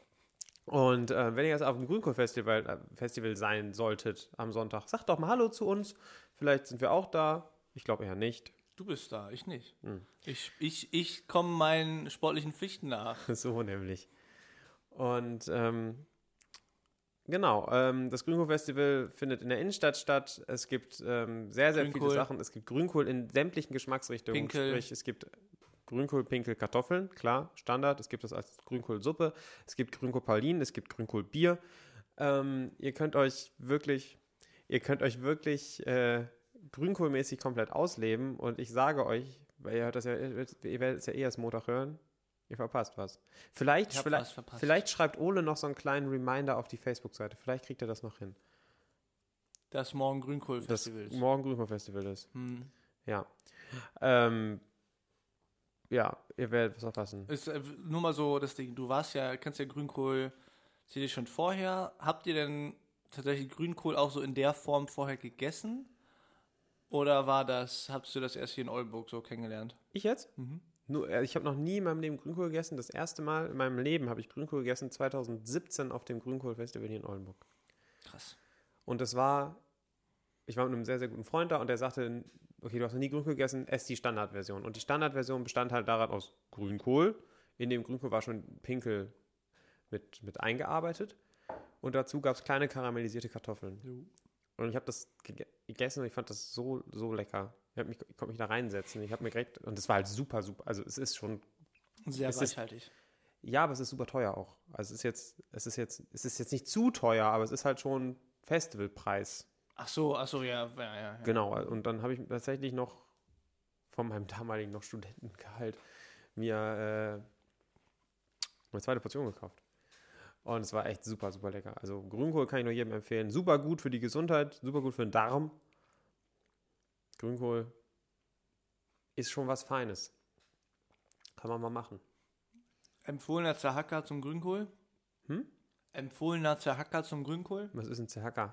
B: Und äh, wenn ihr jetzt auf dem Grünkohl-Festival äh, Festival sein solltet am Sonntag, sagt doch mal Hallo zu uns. Vielleicht sind wir auch da. Ich glaube eher nicht.
A: Du bist da, ich nicht.
B: Hm.
A: Ich, ich, ich komme meinen sportlichen Pflichten nach.
B: So nämlich. Und ähm, genau, ähm, das Grünkohl-Festival findet in der Innenstadt statt. Es gibt ähm, sehr, sehr
A: Grünkohl.
B: viele Sachen. Es gibt Grünkohl in sämtlichen Geschmacksrichtungen.
A: Pinkel.
B: Sprich, es gibt Grünkohl, Pinkel, Kartoffeln, klar, Standard. Es gibt das als Grünkohlsuppe. Es gibt Grünkohl-Paulinen, es gibt Grünkohl-Bier. Ähm, ihr könnt euch wirklich, ihr könnt euch wirklich äh, grünkohlmäßig komplett ausleben. Und ich sage euch, weil ihr hört das ja, ihr werdet es ja eh erst Montag hören, ihr verpasst was. Vielleicht,
A: Ich hab
B: vielleicht,
A: was verpasst.
B: vielleicht schreibt Ole noch so einen kleinen Reminder auf die Facebook-Seite. Vielleicht kriegt er das noch hin.
A: Das morgen
B: Das
A: Grünkohl-Festival ist.
B: morgen Grünkohl-Festival ist.
A: Hm.
B: Ja. Ähm, ja, ihr werdet was aufpassen.
A: Ist äh, nur mal so das Ding, du warst ja, kannst ja Grünkohl, seht ihr schon vorher. Habt ihr denn tatsächlich Grünkohl auch so in der Form vorher gegessen? Oder war das, habt du das erst hier in Oldenburg so kennengelernt?
B: Ich jetzt?
A: Mhm.
B: Nur, äh, ich habe noch nie in meinem Leben Grünkohl gegessen. Das erste Mal in meinem Leben habe ich Grünkohl gegessen, zwanzig siebzehn auf dem Grünkohl-Festival hier in Oldenburg.
A: Krass.
B: Und das war, ich war mit einem sehr, sehr guten Freund da und der sagte, okay, du hast noch nie Grünkohl gegessen, ess die Standardversion. Und die Standardversion bestand halt daran aus Grünkohl. In dem Grünkohl war schon Pinkel mit, mit eingearbeitet. Und dazu gab es kleine karamellisierte Kartoffeln.
A: Jo.
B: Und ich habe das gege- gegessen und ich fand das so, so lecker. Ich, hab mich, ich konnte mich da reinsetzen. Ich habe mir direkt, und das war halt super, super. Also es ist schon,
A: Sehr
B: Es ist-
A: reichhaltig.
B: ja, aber es ist super teuer auch. Also es ist jetzt, es ist jetzt, es ist jetzt nicht zu teuer, aber es ist halt schon Festivalpreis.
A: Ach so, ach so, ja, ja, ja. ja.
B: Genau. Und dann habe ich tatsächlich noch von meinem damaligen noch Studentengehalt mir äh, eine zweite Portion gekauft. Und es war echt super, super lecker. Also Grünkohl kann ich nur jedem empfehlen. Super gut für die Gesundheit, super gut für den Darm. Grünkohl ist schon was Feines. Kann man mal machen.
A: Empfohlener Zerhacker zum Grünkohl?
B: Hm?
A: Empfohlener Zerhacker zum Grünkohl?
B: Was ist ein Zerhacker?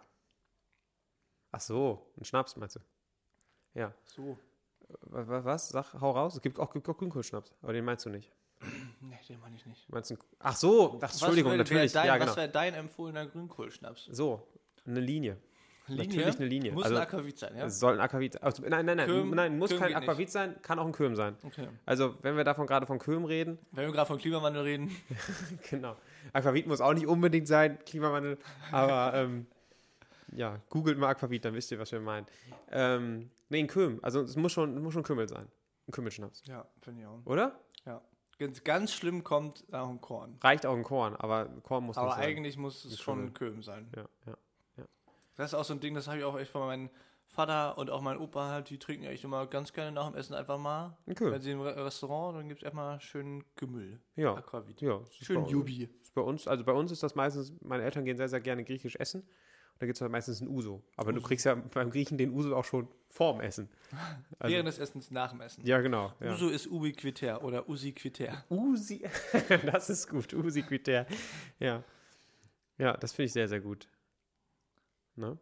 B: Ach so, ein Schnaps meinst du? Ja.
A: So.
B: Was? was? Sag, hau raus. Es gibt auch, gibt auch Grünkohlschnaps, aber den meinst du nicht.
A: Nee, den meine ich nicht.
B: Meinst du, ach so, ach, Entschuldigung,
A: was
B: natürlich.
A: Dein,
B: ja, genau.
A: Was wäre dein empfohlener Grünkohlschnaps?
B: So, eine Linie.
A: Linie?
B: Natürlich eine Linie.
A: Muss
B: also,
A: ein Aquavit sein, ja?
B: Es soll ein Aquavit also, Nein, nein, nein,
A: Köhm,
B: nein muss
A: Köhm
B: kein
A: geht
B: Aquavit
A: nicht.
B: sein, kann auch ein Köhm sein.
A: Okay.
B: Also, wenn wir davon gerade von Köhm reden.
A: Wenn wir gerade von Klimawandel reden.
B: Genau. Aquavit muss auch nicht unbedingt sein, Klimawandel. Aber, ähm, ja, googelt mal Aquavit, dann wisst ihr, was wir meinen. Ähm, nee, ein Köhm. Also, es muss schon, muss schon Kümmel sein. Ein Kümmelschnaps.
A: Ja, finde ich auch.
B: Oder?
A: Ja. Ganz, ganz schlimm kommt auch ein Korn.
B: Reicht auch ein Korn, aber Korn muss
A: Aber
B: nicht sein.
A: eigentlich muss es schon ein Köhm sein.
B: Ja, ja.
A: Das ist auch so ein Ding, das habe ich auch echt von meinem Vater und auch meinem Opa halt, die trinken echt immer ganz gerne nach dem Essen einfach mal.
B: Ein Köhm.
A: Wenn sie im Re- Restaurant, dann gibt es erstmal schön Gemüll.
B: Ja.
A: Aquavit.
B: Ja.
A: Schön
B: bei,
A: Jubi.
B: ist bei uns, also bei uns ist das meistens, meine Eltern gehen sehr, sehr gerne griechisch essen. Und da gibt es halt meistens ein Uso. Aber
A: Uso.
B: du kriegst ja beim Griechen den Uso auch schon vorm Essen. Also,
A: Während des Essens, nach dem Essen.
B: ja, genau. Ja.
A: Uso ist ubiquitär oder usiquitär.
B: Usi, das ist gut, ubiquitär. Ja. Ja, das finde ich sehr, sehr gut. Ne?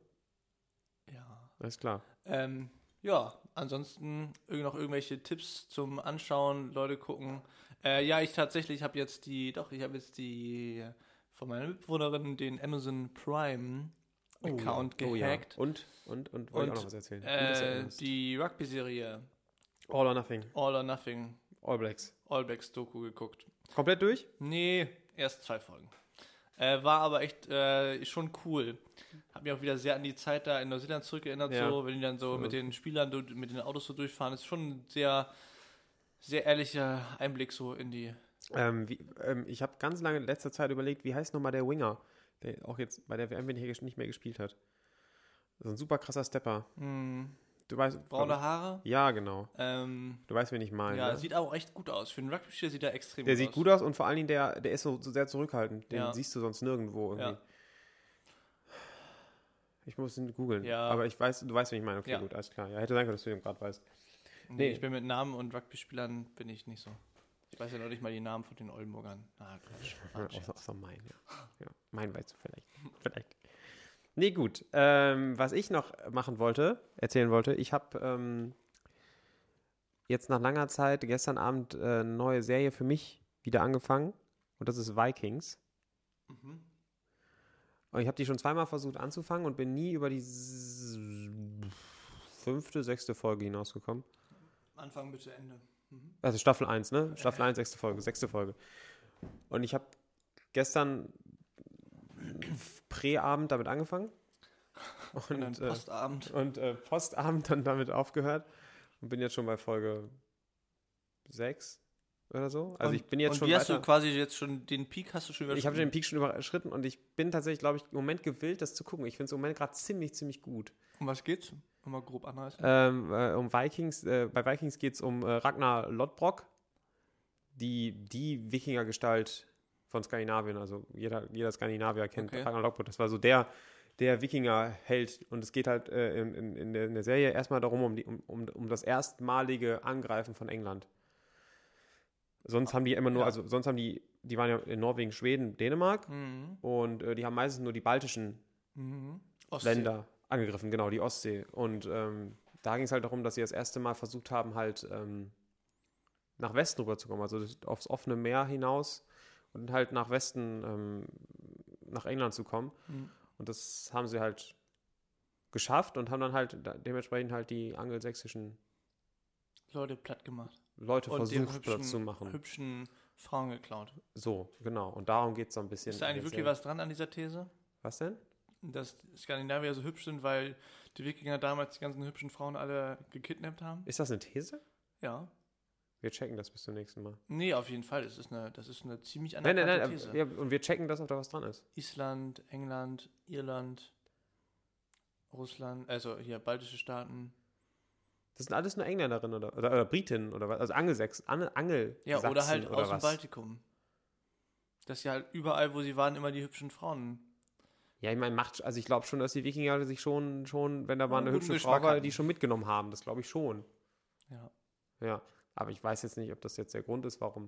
A: Ja.
B: Alles klar.
A: Ähm, ja, ansonsten irgend- noch irgendwelche Tipps zum Anschauen, Leute gucken. Äh, ja, ich tatsächlich habe jetzt die, doch, ich habe jetzt die von meiner Mitbewohnerin den Amazon Prime Account
B: oh, ja.
A: gehackt.
B: Und, und, und, wollte ich auch noch was erzählen. Gut, dass du
A: Äh,
B: erinnerst.
A: die Rugby-Serie
B: All or Nothing.
A: All or Nothing,
B: All Blacks.
A: All Blacks Doku geguckt.
B: Komplett durch?
A: Nee, erst zwei Folgen. Äh, war aber echt äh, schon cool. Hat mich auch wieder sehr an die Zeit da in Neuseeland zurückerinnert,
B: Ja.
A: so, wenn die dann so
B: Ja.
A: mit den Spielern, du- mit den Autos so durchfahren. Ist schon ein sehr, sehr ehrlicher Einblick so in die.
B: Ähm, wie, ähm, ich habe ganz lange in letzter Zeit überlegt, wie heißt nochmal der Winger, der auch jetzt bei der W M nicht mehr gespielt hat. So ein super krasser Stepper.
A: Mh,
B: Du weißt.
A: braune Haare.
B: Ja, genau.
A: Ähm,
B: Du weißt, wen ich meine.
A: ja,
B: ne?
A: sieht auch echt gut aus. Für einen Rugby-Spieler sieht er extrem
B: Der
A: gut
B: sieht
A: aus.
B: gut aus und vor allen Dingen, der, der ist so, so sehr zurückhaltend. Den
A: Ja.
B: siehst du sonst nirgendwo irgendwie.
A: Ja.
B: Ich muss ihn googeln.
A: Ja.
B: Aber ich weiß, du weißt, wen ich meine. Okay,
A: Ja.
B: gut, alles klar. Ja, hätte sein können, dass du den gerade weißt.
A: Nee,
B: Nee.
A: ich bin mit Namen und Rugby-Spielern bin ich nicht so. Ich weiß ja noch nicht mal die Namen von den Oldenburgern. Ah, Quatsch. War ein
B: Ja,
A: Scherz.
B: außer, außer mein, ja. ja. Mein weißt du vielleicht. vielleicht. Nee, gut. Ähm, was ich noch machen wollte, erzählen wollte, ich habe ähm, jetzt nach langer Zeit gestern Abend äh, eine neue Serie für mich wieder angefangen. Und das ist Vikings.
A: Mhm.
B: Und ich habe die schon zweimal versucht anzufangen und bin nie über die s- fünfte, sechste Folge hinausgekommen.
A: Anfang bis zu Ende. Mhm.
B: Also Staffel eins, ne? Staffel eins, sechste Folge, sechste Folge. Und ich habe gestern Präabend damit angefangen.
A: Und dann
B: Und, äh,
A: Postabend.
B: und äh, Postabend dann damit aufgehört. Und bin jetzt schon bei Folge sechs oder so. Also
A: und,
B: ich bin jetzt
A: und
B: schon
A: wie hast
B: weiter.
A: du quasi jetzt schon den Peak hast du schon
B: Ich habe den Peak schon überschritten und ich bin tatsächlich, glaube ich, im Moment gewillt, das zu gucken. Ich finde es im Moment gerade ziemlich, ziemlich gut.
A: Um was geht's? Mal grob anreißen.
B: Ähm, äh, um Vikings, äh, bei Vikings geht es um äh, Ragnar Lodbrok, die, die Wikingergestalt von Skandinavien. Also jeder, jeder Skandinavier kennt
A: Okay.
B: Ragnar Lodbrok. Das war so der, der Wikingerheld. Und es geht halt äh, in, in, in, der, in der Serie erstmal darum, um, die, um, um, um das erstmalige Angreifen von England. Sonst haben die immer nur,
A: Ja.
B: also sonst haben die, die waren ja in Norwegen, Schweden, Dänemark
A: Mhm.
B: und äh, die haben meistens nur die baltischen
A: Mhm. Ostsee.
B: Länder angegriffen, genau, die Ostsee. Und ähm, da ging es halt darum, dass sie das erste Mal versucht haben, halt ähm, nach Westen rüberzukommen, also aufs offene Meer hinaus und halt nach Westen, ähm, nach England zu kommen.
A: Mhm.
B: Und das haben sie halt geschafft und haben dann halt da- dementsprechend halt die angelsächsischen
A: Leute platt gemacht.
B: Leute
A: Und den
B: versucht, platt zu machen.
A: hübschen Frauen geklaut.
B: So, genau. Und darum geht es so ein bisschen.
A: Ist da
B: in
A: eigentlich
B: der
A: wirklich
B: Serie.
A: was dran an dieser These?
B: Was denn?
A: Dass Skandinavier so hübsch sind, weil die Wikinger damals die ganzen hübschen Frauen alle gekidnappt haben?
B: Ist das eine These?
A: Ja.
B: Wir checken das bis zum nächsten Mal.
A: Nee, auf jeden Fall. Das ist eine, das ist eine ziemlich
B: Nein, nein,
A: anerkannte
B: nein.
A: These.
B: aber- Ja, und wir checken das, ob da was dran ist.
A: Island, England, Irland, Russland, also hier baltische Staaten.
B: Das sind alles nur Engländerinnen oder, oder, oder Britinnen oder was? Also Angelsächs, Angel, Angel
A: Ja, oder halt
B: oder
A: aus dem
B: was?
A: Baltikum. Dass sie halt überall, wo sie waren, immer die hübschen Frauen.
B: Ja, ich meine, macht, also ich glaube schon, dass die Wikinger sich schon, schon, wenn da mal
A: Ja,
B: eine
A: guten
B: hübsche
A: Geschmack
B: Frau war,
A: hatten.
B: die schon mitgenommen haben. Das glaube ich schon.
A: Ja.
B: Ja. Aber ich weiß jetzt nicht, ob das jetzt der Grund ist, warum.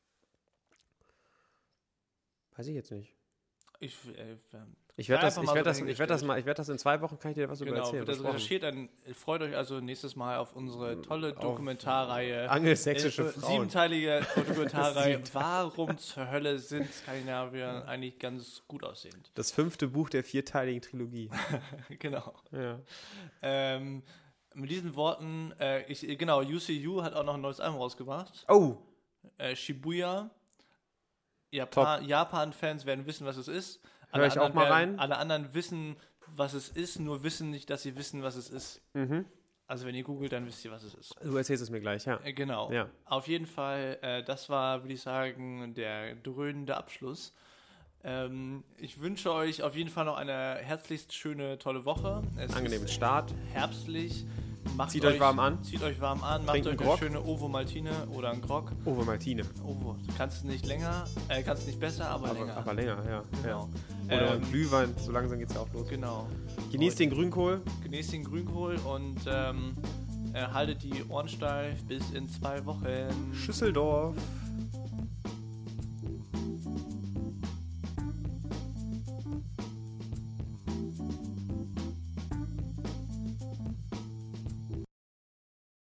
B: Weiß ich jetzt nicht.
A: Ich, äh,
B: ich werde das, ich
A: einfach mal
B: werd
A: so
B: das, ich werd das mal, ich werde das in zwei Wochen, kann ich dir was über
A: Genau,
B: erzählen.
A: wird das
B: versprochen.
A: recherchiert, dann freut euch also nächstes Mal auf unsere tolle Dokumentarreihe.
B: Angelsächsische
A: äh,
B: Frauen.
A: Siebenteilige Dokumentarreihe. Warum zur Hölle sind Skandinavier eigentlich ganz gut aussehend?
B: Das fünfte Buch der vierteiligen Trilogie.
A: Genau.
B: Ja.
A: Ähm, mit diesen Worten, äh, ich, genau, U C U hat auch noch ein neues Album rausgebracht.
B: Oh!
A: Äh, Shibuya. Japan, Japan-Fans werden wissen, was es ist.
B: Hör ich auch mal
A: werden,
B: rein.
A: Alle anderen wissen, was es ist, nur wissen nicht, dass sie wissen, was es ist.
B: Mhm.
A: Also wenn ihr googelt, dann wisst ihr, was es ist.
B: Du erzählst es mir gleich, ja.
A: Äh, genau.
B: Ja.
A: Auf jeden Fall, äh, das war, würde ich sagen, der dröhnende Abschluss. Ähm, ich wünsche euch auf jeden Fall noch eine herzlichst schöne, tolle Woche. Es
B: Angenehmen
A: ist
B: Start.
A: Herbstlich. Macht
B: Zieht euch warm an.
A: Zieht euch warm an.
B: Trinkt
A: macht euch
B: einen
A: eine
B: Grog.
A: schöne Ovo Maltine oder einen Grog.
B: Ovo Martine.
A: Ovo. Du kannst es nicht länger, äh, kannst es nicht besser, aber,
B: Aber,
A: länger.
B: aber länger, ja.
A: Genau.
B: ja. Oder
A: Ähm,
B: Glühwein, so langsam geht's ja auch los.
A: Genau.
B: Genießt den Grünkohl.
A: Genießt den Grünkohl und ähm, äh, haltet die Ohren steif bis in zwei Wochen.
B: Schüsseldorf.